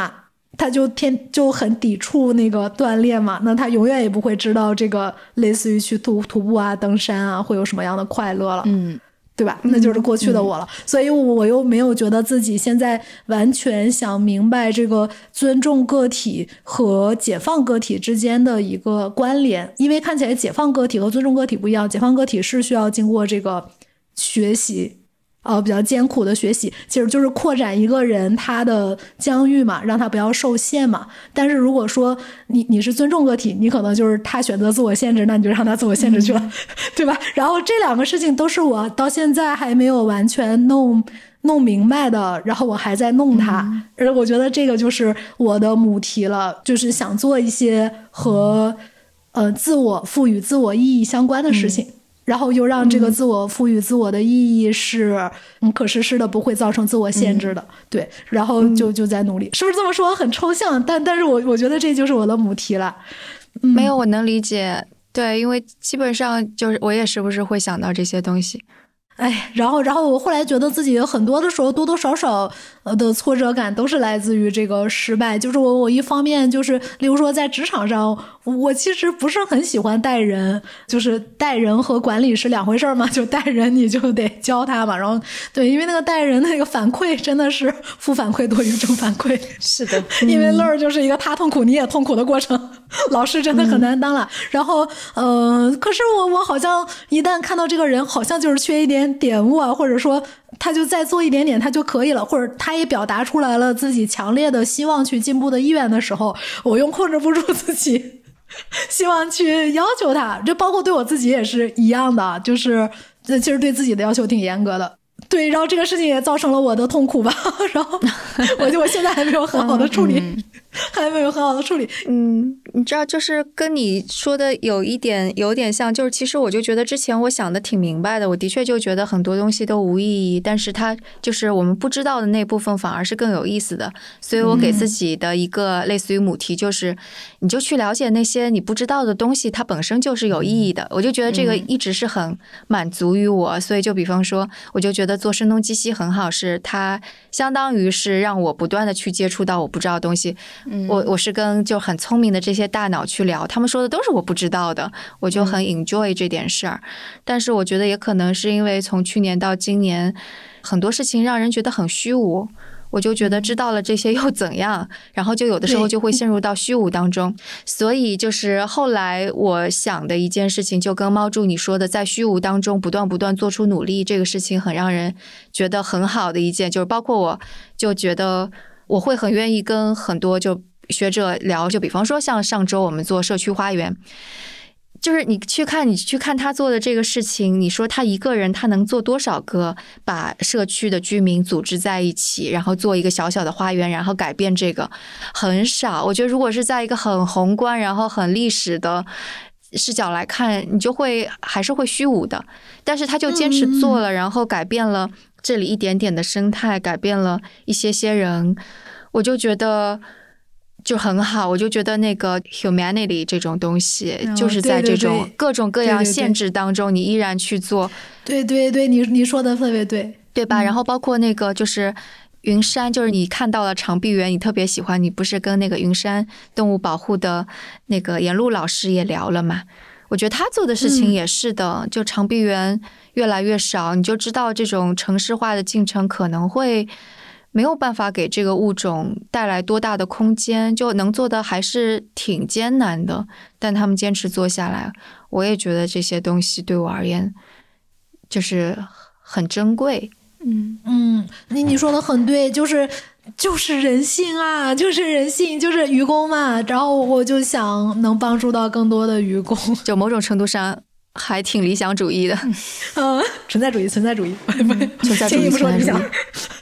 他就很抵触那个锻炼嘛，那他永远也不会知道这个类似于去徒步啊、登山啊会有什么样的快乐了，对吧？那就是过去的我了，所以我又没有觉得自己现在完全想明白这个尊重个体和解放个体之间的一个关联，因为看起来解放个体和尊重个体不一样，解放个体是需要经过这个学习。比较艰苦的学习，其实就是扩展一个人他的疆域嘛，让他不要受限嘛。但是如果说你是尊重个体，你可能就是他选择自我限制，那你就让他自我限制去了，对吧？然后这两个事情都是我到现在还没有完全弄明白的，然后我还在弄它。而我觉得这个就是我的母题了，就是想做一些和自我赋予自我意义相关的事情。然后又让这个自我赋予自我的意义是可实施的，不会造成自我限制的，对。然后就在努力，是不是这么说很抽象？但是我觉得这就是我的母题了。 没有，我能理解，对，因为基本上就是我也时不时会想到这些东西。 然后我后来觉得自己很多的时候多多少少的挫折感都是来自于这个失败，就是我一方面就是例如说在职场上，我其实不是很喜欢带人，就是带人和管理是两回事嘛，就带人你就得教他嘛，然后对，因为那个带人那个反馈真的是负反馈多于正反馈， 是的， 因为乐儿就是一个他痛苦你也痛苦的过程，老师真的很难当了。然后可是我好像一旦看到这个人好像就是缺一点点悟啊，或者说他就再做一点点他就可以了，或者他也表达出来了自己强烈的希望去进步的意愿的时候，我又控制不住自己希望去要求他，这包括对我自己也是一样的，就是其实对自己的要求挺严格的，对，然后这个事情也造成了我的痛苦吧，然后我现在还没有很好的处理还没有很好的处理。 你知道就是跟你说的有点像，就是其实我就觉得之前我想的挺明白的，我的确就觉得很多东西都无意义，但是它就是我们不知道的那部分反而是更有意思的，所以我给自己的一个类似于母题就是你就去了解那些你不知道的东西，它本身就是有意义的，我就觉得这个一直是很满足于我，所以就比方说我就觉得做声东击西很好，是它相当于是让我不断的去接触到我不知道的东西，我是跟就很聪明的这些大脑去聊，他们说的都是我不知道的，我就很 enjoy 这点事儿。但是我觉得也可能是因为从去年到今年很多事情让人觉得很虚无，我就觉得知道了这些又怎样，然后就有的时候就会陷入到虚无当中。所以就是后来我想的一件事情就跟猫柱你说的在虚无当中不断做出努力，这个事情很让人觉得很好的一件，就是包括我就觉得我会很愿意跟很多就学者聊，就比方说像上周我们做社区花园，就是你去看他做的这个事情，你说他一个人他能做多少个把社区的居民组织在一起，然后做一个小小的花园，然后改变这个很少。我觉得如果是在一个很宏观然后很历史的视角来看，你就还是会虚无的，但是他就坚持做了，然后改变了这里一点点的生态，改变了一些人，我就觉得就很好。我就觉得那个 humanity 这种东西就是在这种各种各样限制当中你依然去做。 对对对，你说的特别对， 对吧？然后包括那个就是云山，就是你看到了长臂猿你特别喜欢，你不是跟那个云山动物保护的那个严路老师也聊了嘛？我觉得他做的事情也是的，就长臂猿越来越少，你就知道这种城市化的进程可能会没有办法给这个物种带来多大的空间，就能做的还是挺艰难的，但他们坚持做下来，我也觉得这些东西对我而言就是很珍贵。 你说的很对，就是人性啊，就是人性，就是愚公嘛。然后我就想能帮助到更多的愚公， 就某种程度上还挺理想主义的。 存在主义， 存在主义， 不说理想。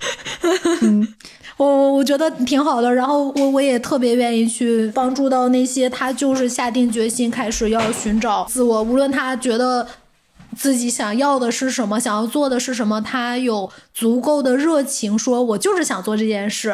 我觉得挺好的，然后我也特别愿意去帮助到那些他就是下定决心开始要寻找自我，无论他觉得自己想要的是什么，想要做的是什么，他有足够的热情说我就是想做这件事，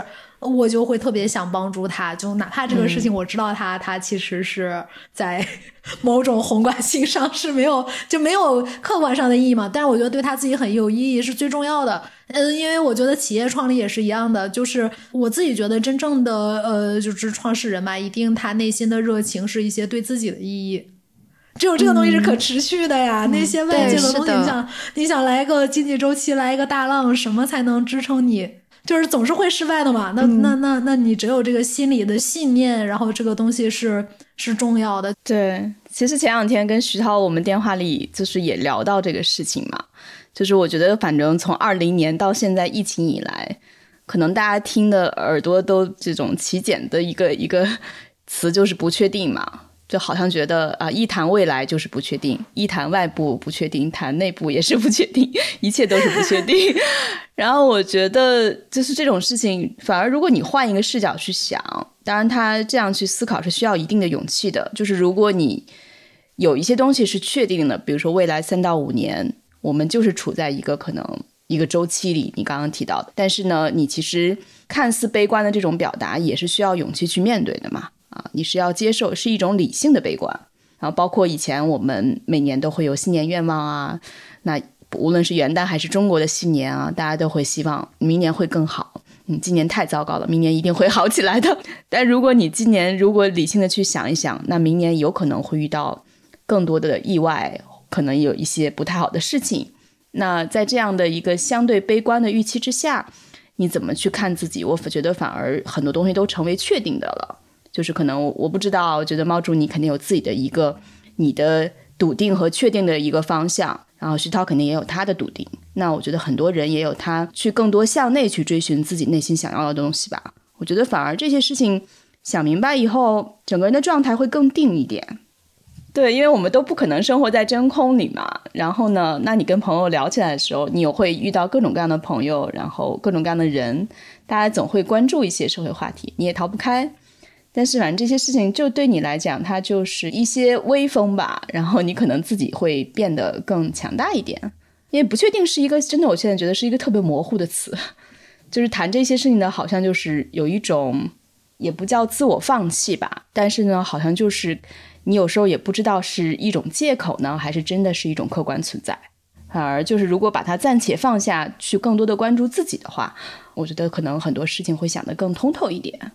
我就会特别想帮助他，就哪怕这个事情我知道他其实是在某种宏观性上是没有客观上的意义嘛，但是我觉得对他自己很有意义是最重要的。因为我觉得企业创立也是一样的，就是我自己觉得真正的就是创始人嘛，一定他内心的热情是一些对自己的意义，只有这个东西是可持续的呀。那些外界的东西，你想来个经济周期，来一个大浪，什么才能支撑你？就是总是会失败的嘛。那你只有这个心理的信念，然后这个东西是重要的。 对，其实前2天跟徐涛我们电话里就是也聊到这个事情嘛。就是我觉得反正从20年到现在疫情以来，可能大家听的耳朵都这种起茧的一个词就是不确定嘛，就好像觉得一谈未来就是不确定，一谈外部不确定，谈内部也是不确定，一切都是不确定。然后我觉得就是这种事情，反而如果你换一个视角去想，当然他这样去思考是需要一定的勇气的，就是如果你有一些东西是确定的，比如说未来3到5年我们就是处在一个可能一个周期里，你刚刚提到的，但是呢你其实看似悲观的这种表达也是需要勇气去面对的嘛。你是要接受，是一种理性的悲观。然后包括以前我们每年都会有新年愿望啊，那无论是元旦还是中国的新年啊，大家都会希望明年会更好，今年太糟糕了，明年一定会好起来的。但如果你今年如果理性的去想一想，那明年有可能会遇到更多的意外，可能有一些不太好的事情。那在这样的一个相对悲观的预期之下，你怎么去看自己？我觉得反而很多东西都成为确定的了。就是可能我不知道，我觉得猫主你肯定有自己的一个你的笃定和确定的一个方向，然后徐涛肯定也有他的笃定。那我觉得很多人也有他去更多向内去追寻自己内心想要的东西吧。我觉得反而这些事情想明白以后，整个人的状态会更定一点。对，因为我们都不可能生活在真空里嘛。然后呢，那你跟朋友聊起来的时候，你也会遇到各种各样的朋友，然后各种各样的人，大家总会关注一些社会话题，你也逃不开。但是反正这些事情就对你来讲，它就是一些微风吧，然后你可能自己会变得更强大一点。因为不确定是一个真的，我现在觉得是一个特别模糊的词，就是谈这些事情呢，好像就是有一种也不叫自我放弃吧，但是呢好像就是你有时候也不知道是一种借口呢，还是真的是一种客观存在。反而就是如果把它暂且放下，去更多的关注自己的话，我觉得可能很多事情会想得更通透一点。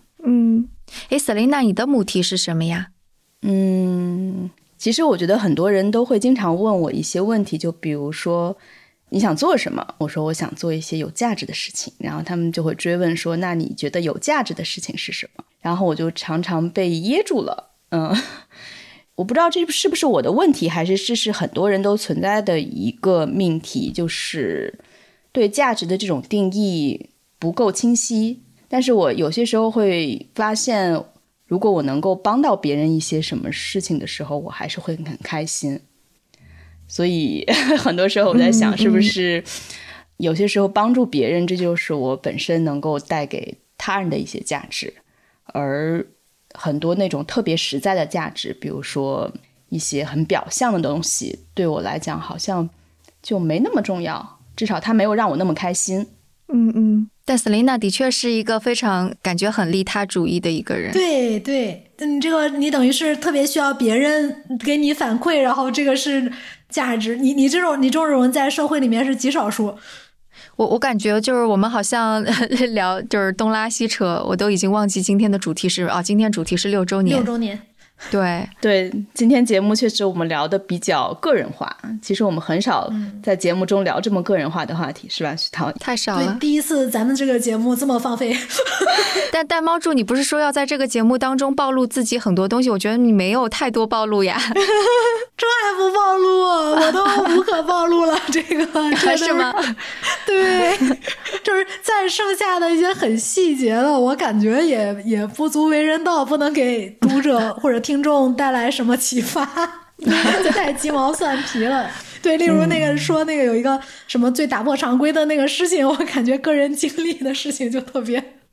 Selina 你的母题是什么呀？ 其实我觉得很多人都会经常问我一些问题，就比如说你想做什么，我说我想做一些有价值的事情，然后他们就会追问说那你觉得有价值的事情是什么，然后我就常常被噎住了。我不知道这是不是我的问题，还是这是很多人都存在的一个命题，就是对价值的这种定义不够清晰。但是我有些时候会发现，如果我能够帮到别人一些什么事情的时候，我还是会很开心。所以很多时候我在想，是不是有些时候帮助别人，这就是我本身能够带给他人的一些价值。而很多那种特别实在的价值，比如说一些很表象的东西，对我来讲好像就没那么重要，至少它没有让我那么开心。 但 Selina 的确是一个非常感觉很利他主义的一个人。 对对，你这个你等于是特别需要别人给你反馈，然后这个是价值。你这种人在社会里面是极少数。 我感觉就是我们好像聊就是东拉西扯，我都已经忘记今天的主题是今天主题是6周年。 6周年。 对，今天节目确实我们聊的比较个人化，其实我们很少在节目中聊这么个人化的话题，是吧徐涛？ 太少了。 对，第一次咱们这个节目这么放飞。 但猫柱你不是说要在这个节目当中暴露自己很多东西，我觉得你没有太多暴露呀。 这还不暴露，我都无可暴露了。这个是吗？ 对，就是在剩下的一些很细节的，我感觉也不足为人道，不能给读者或者听众带来什么启发。这太鸡毛蒜皮了。对，例如那个说那个有一个什么最打破常规的那个事情，我感觉个人经历的事情就特别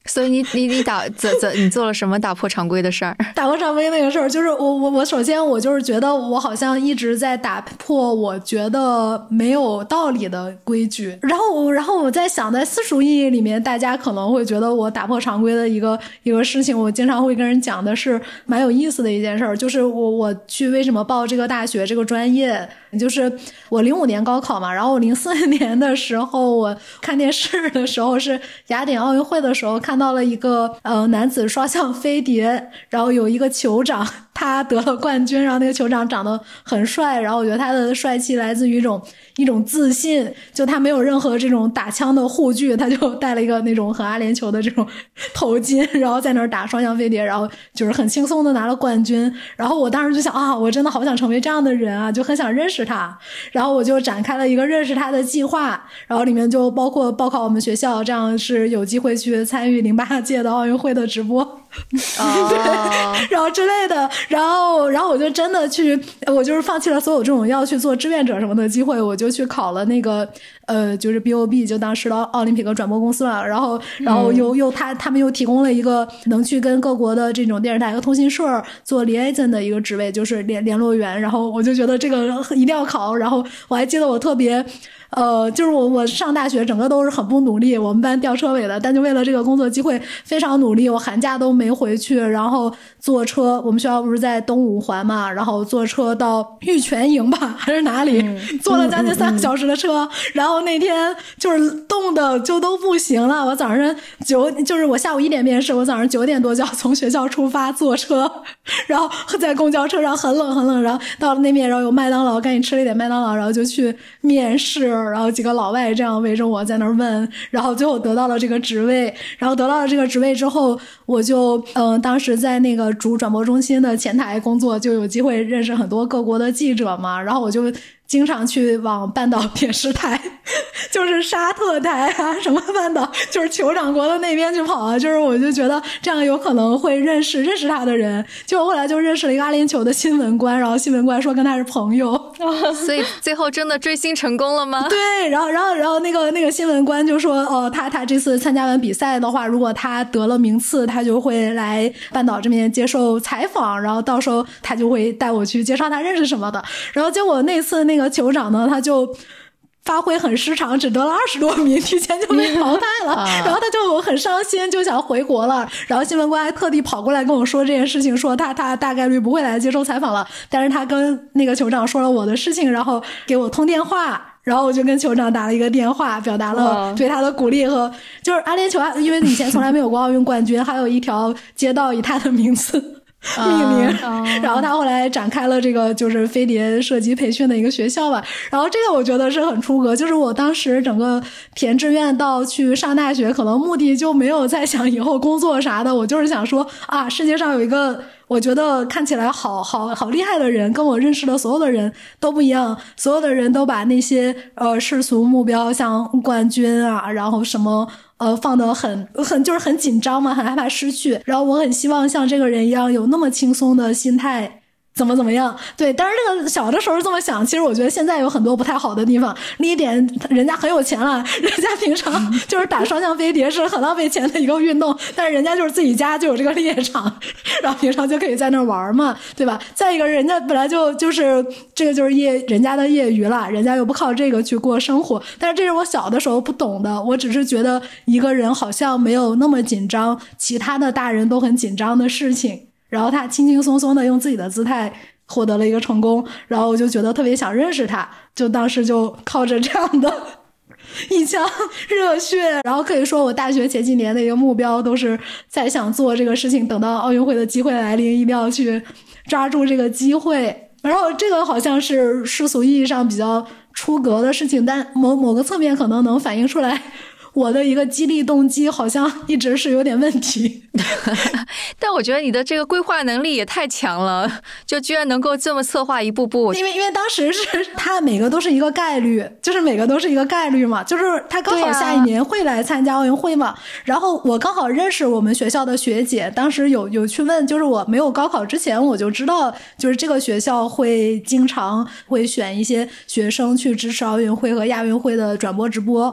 所以你做了什么打破常规的事儿？ 打破常规那个事儿，就是我首先我就是觉得我好像一直在打破我觉得没有道理的规矩，然后我在想，在私塾意义里面，大家可能会觉得我打破常规的一个事情，我经常会跟人讲的是蛮有意思的一件事儿，就是我去为什么报这个大学这个专业。就是我05年高考嘛，然后我04年的时候我看电视的时候是雅典奥运会的时候看到了一个男子双向飞碟，然后有一个酋长他得了冠军，然后那个酋长长得很帅，然后我觉得他的帅气来自于一种自信，就他没有任何这种打枪的护具，他就戴了一个那种很阿联酋的这种头巾，然后在那儿打双向飞碟，然后就是很轻松的拿了冠军。然后我当时就想啊，我真的好想成为这样的人啊，就很想认识他，然后我就展开了一个认识他的计划，然后里面就包括报考我们学校，这样是有机会去参与08届的奥运会的直播对，然后之类的，然后我就真的去，我就是放弃了所有这种要去做志愿者什么的机会，我就去考了那个就是 BOB， 就当时的奥林匹克转播公司了，然后他们又提供了一个能去跟各国的这种电视台和通信社做 liaison 的一个职位，就是联络员，然后我就觉得这个一定要考，然后我还记得我特别就是我上大学整个都是很不努力，我们班吊车尾的，但就为了这个工作机会非常努力，我寒假都没回去，然后坐车，我们学校不是在东五环嘛，然后坐车到玉泉营吧还是哪里，坐了将近3个小时的车，然后那天就是冻的就都不行了，我早上就是我下午1点面试，我早上9点多就要从学校出发坐车，然后在公交车上很冷，然后到了那边，然后有麦当劳，赶紧吃了一点麦当劳，然后就去面试，然后几个老外这样围着我在那儿问，然后最后得到了这个职位，然后得到了这个职位之后，我就当时在那个主转播中心的前台工作，就有机会认识很多各国的记者嘛，然后我就经常去往半岛电视台就是沙特台啊什么半岛，就是酋长国的那边去跑啊，就是我就觉得这样有可能会认识他的人，就后来就认识了一个阿联酋的新闻官，然后新闻官说跟他是朋友所以最后真的追星成功了吗？ 对，然后那个新闻官就说他这次参加完比赛的话，如果他得了名次，他就会来半岛这边接受采访，然后到时候他就会带我去介绍他认识什么的。然后结果那次那个酋长呢，他就发挥很失常，只得了20多名，提前就被淘汰了然后他就很伤心，就想回国了，然后新闻官还特地跑过来跟我说这件事情，说他大概率不会来接受采访了，但是他跟那个酋长说了我的事情，然后给我通电话，然后我就跟酋长打了一个电话，表达了对他的鼓励和就是阿联酋因为以前从来没有过奥运冠军，还有一条街道以他的名字命名然后他后来展开了这个就是飞碟射击培训的一个学校吧，然后这个我觉得是很出格，就是我当时整个填志愿到去上大学，可能目的就没有在想以后工作啥的，我就是想说啊，世界上有一个我觉得看起来好厉害的人，跟我认识的所有的人都不一样，所有的人都把那些世俗目标像冠军啊，然后什么放得很就是很紧张嘛，很害怕失去，然后我很希望像这个人一样有那么轻松的心态怎么样，对，但是这个小的时候这么想，其实我觉得现在有很多不太好的地方。另一点，人家很有钱了，人家平常就是打双向飞碟是很浪费钱的一个运动，但是人家就是自己家就有这个猎场，然后平常就可以在那玩嘛，对吧？再一个，人家本来就是这个就是人家的业余了，人家又不靠这个去过生活，但是这是我小的时候不懂的，我只是觉得一个人好像没有那么紧张，其他的大人都很紧张的事情。然后他轻轻松松的用自己的姿态获得了一个成功，然后我就觉得特别想认识他，就当时就靠着这样的一腔热血，然后可以说我大学前几年的一个目标都是在想做这个事情，等到奥运会的机会来临一定要去抓住这个机会。然后这个好像是世俗意义上比较出格的事情，但某个侧面可能能反映出来我的一个激励动机好像一直是有点问题但我觉得你的这个规划能力也太强了，就居然能够这么策划一步步。 因为当时是他每个都是一个概率，就是每个都是一个概率嘛，就是他刚好下一年会来参加奥运会嘛，然后我刚好认识我们学校的学姐，当时有去问，就是我没有高考之前我就知道，就是这个学校会经常会选一些学生去支持奥运会和亚运会的转播直播。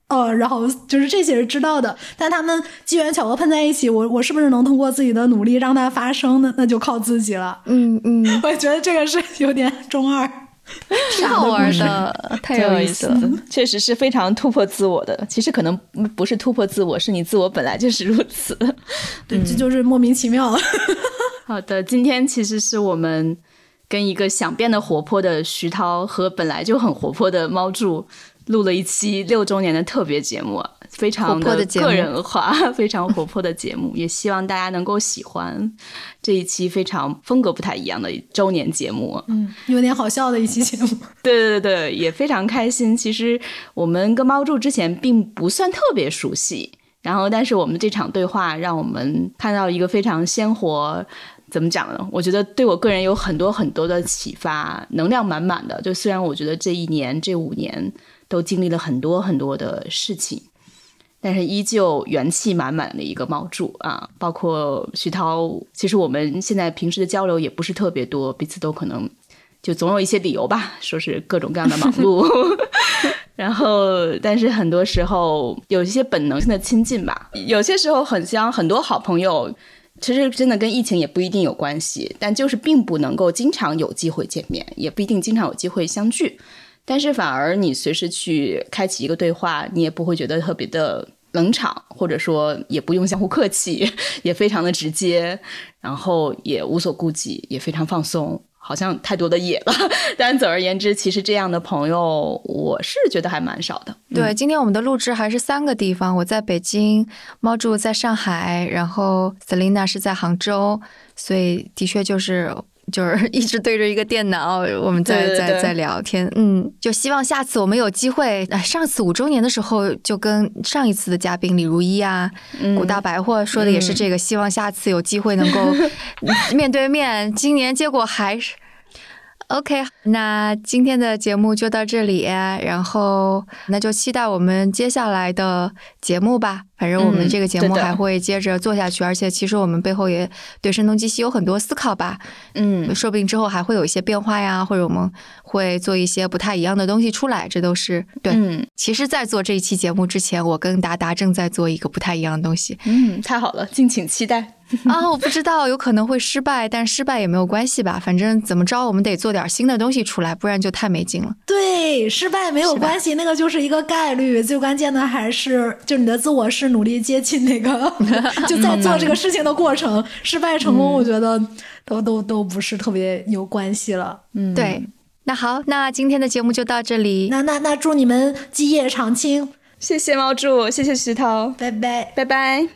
然后就是这些是知道的，但他们机缘巧合碰在一起，我是不是能通过自己的努力让它发生呢？那就靠自己了。我觉得这个是有点中二， 挺好玩的，太有意思了。 确实是非常突破自我的。其实可能不是突破自我，是你自我本来就是如此。 对，这就是莫名其妙了。 好的，今天其实是我们跟一个想变得活泼的徐涛和本来就很活泼的猫柱录了一期6周年的特别节目，非常的个人化，非常活泼的节目，也希望大家能够喜欢这一期非常风格不太一样的周年节目。 有点好笑的一期节目。 对，也非常开心。其实我们跟猫柱之前并不算特别熟悉，然后但是我们这场对话让我们看到一个非常鲜活，怎么讲呢？我觉得对我个人有很多很多的启发，能量满满的。就虽然我觉得这1年这5年都经历了很多很多的事情，但是依旧元气满满的一个猫柱啊。包括徐涛，其实我们现在平时的交流也不是特别多，彼此都可能就总有一些理由吧，说是各种各样的忙碌然后但是很多时候有一些本能性的亲近吧，有些时候很像很多好朋友，其实真的跟疫情也不一定有关系，但就是并不能够经常有机会见面，也不一定经常有机会相聚，但是反而你随时去开启一个对话，你也不会觉得特别的冷场，或者说也不用相互客气，也非常的直接，然后也无所顾忌，也非常放松。好像太多的也了，但总而言之，其实这样的朋友我是觉得还蛮少的。 对，今天我们的录制还是3个地方，我在北京，猫柱在上海，然后 Selina 是在杭州，所以的确就是一直对着一个电脑，我们在聊天。就希望下次我们有机会。上次5周年的时候，就跟上一次的嘉宾李如一啊、古大白货说的也是这个，希望下次有机会能够面对面。今年结果还是。OK， 那今天的节目就到这里，然后那就期待我们接下来的节目吧。反正我们这个节目还会接着做下去，而且其实我们背后也对声东击西有很多思考吧。说不定之后还会有一些变化呀，或者我们会做一些不太一样的东西出来，这都是对。其实在做这一期节目之前，我跟达达正在做一个不太一样的东西。 太好了，敬请期待。 我不知道，有可能会失败，但失败也没有关系吧，反正怎么着我们得做点新的东西出来，不然就太没劲了。 对，失败没有关系，那个就是一个概率，最关键的还是就你的自我是努力接近那个就在做这个事情的过程，失败成功我觉得都不是特别有关系了。 对，那好，那今天的节目就到这里， 那祝你们基业长青。 谢谢猫柱，谢谢徐涛， 拜拜拜拜。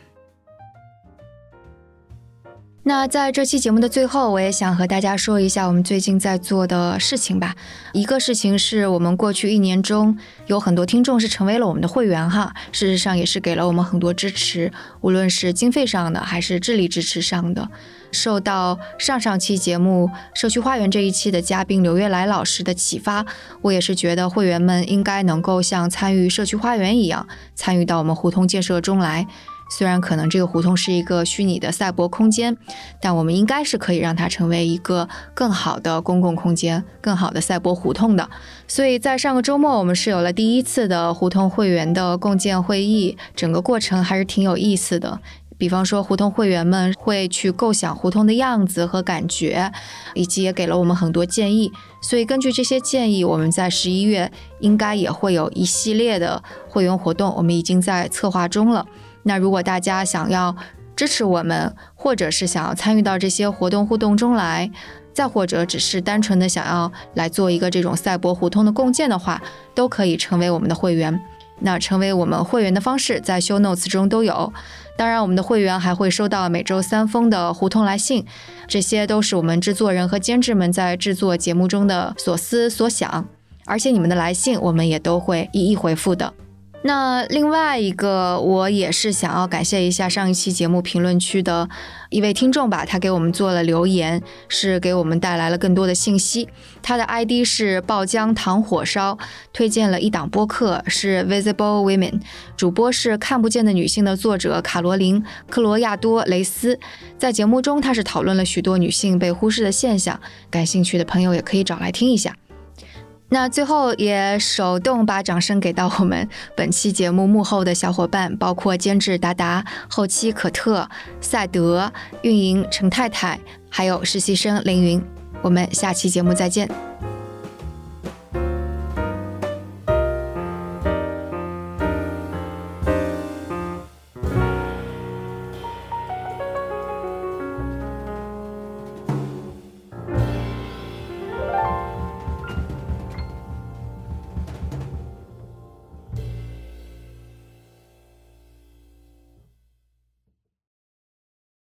那在这期节目的最后，我也想和大家说一下我们最近在做的事情吧。一个事情是我们过去1年中有很多听众是成为了我们的会员哈，事实上也是给了我们很多支持，无论是经费上的还是智力支持上的。受到上期节目社区花园这一期的嘉宾刘月来老师的启发，我也是觉得会员们应该能够像参与社区花园一样，参与到我们胡同建设中来。虽然可能这个胡同是一个虚拟的赛博空间，但我们应该是可以让它成为一个更好的公共空间，更好的赛博胡同的。所以在上个周末我们是有了第1次的胡同会员的共建会议，整个过程还是挺有意思的。比方说胡同会员们会去构想胡同的样子和感觉，以及也给了我们很多建议，所以根据这些建议，我们在11月应该也会有一系列的会员活动，我们已经在策划中了。那如果大家想要支持我们，或者是想要参与到这些活动互动中来，再或者只是单纯的想要来做一个这种赛博胡同的共建的话，都可以成为我们的会员。那成为我们会员的方式在 show notes 中都有。当然我们的会员还会收到每周3封的胡同来信，这些都是我们制作人和监制们在制作节目中的所思所想，而且你们的来信我们也都会一一回复的。那另外一个，我也是想要感谢一下上一期节目评论区的一位听众吧，他给我们做了留言，是给我们带来了更多的信息。他的 ID 是爆浆糖火烧，推荐了一档播客，是 Visible Women， 主播是看不见的女性的作者卡罗琳·克罗亚多雷斯。在节目中他是讨论了许多女性被忽视的现象，感兴趣的朋友也可以找来听一下。 那最后也手动把掌声给到我们本期节目幕后的小伙伴，包括监制达达、后期可特、赛德、运营陈太太，还有实习生凌云。我们下期节目再见。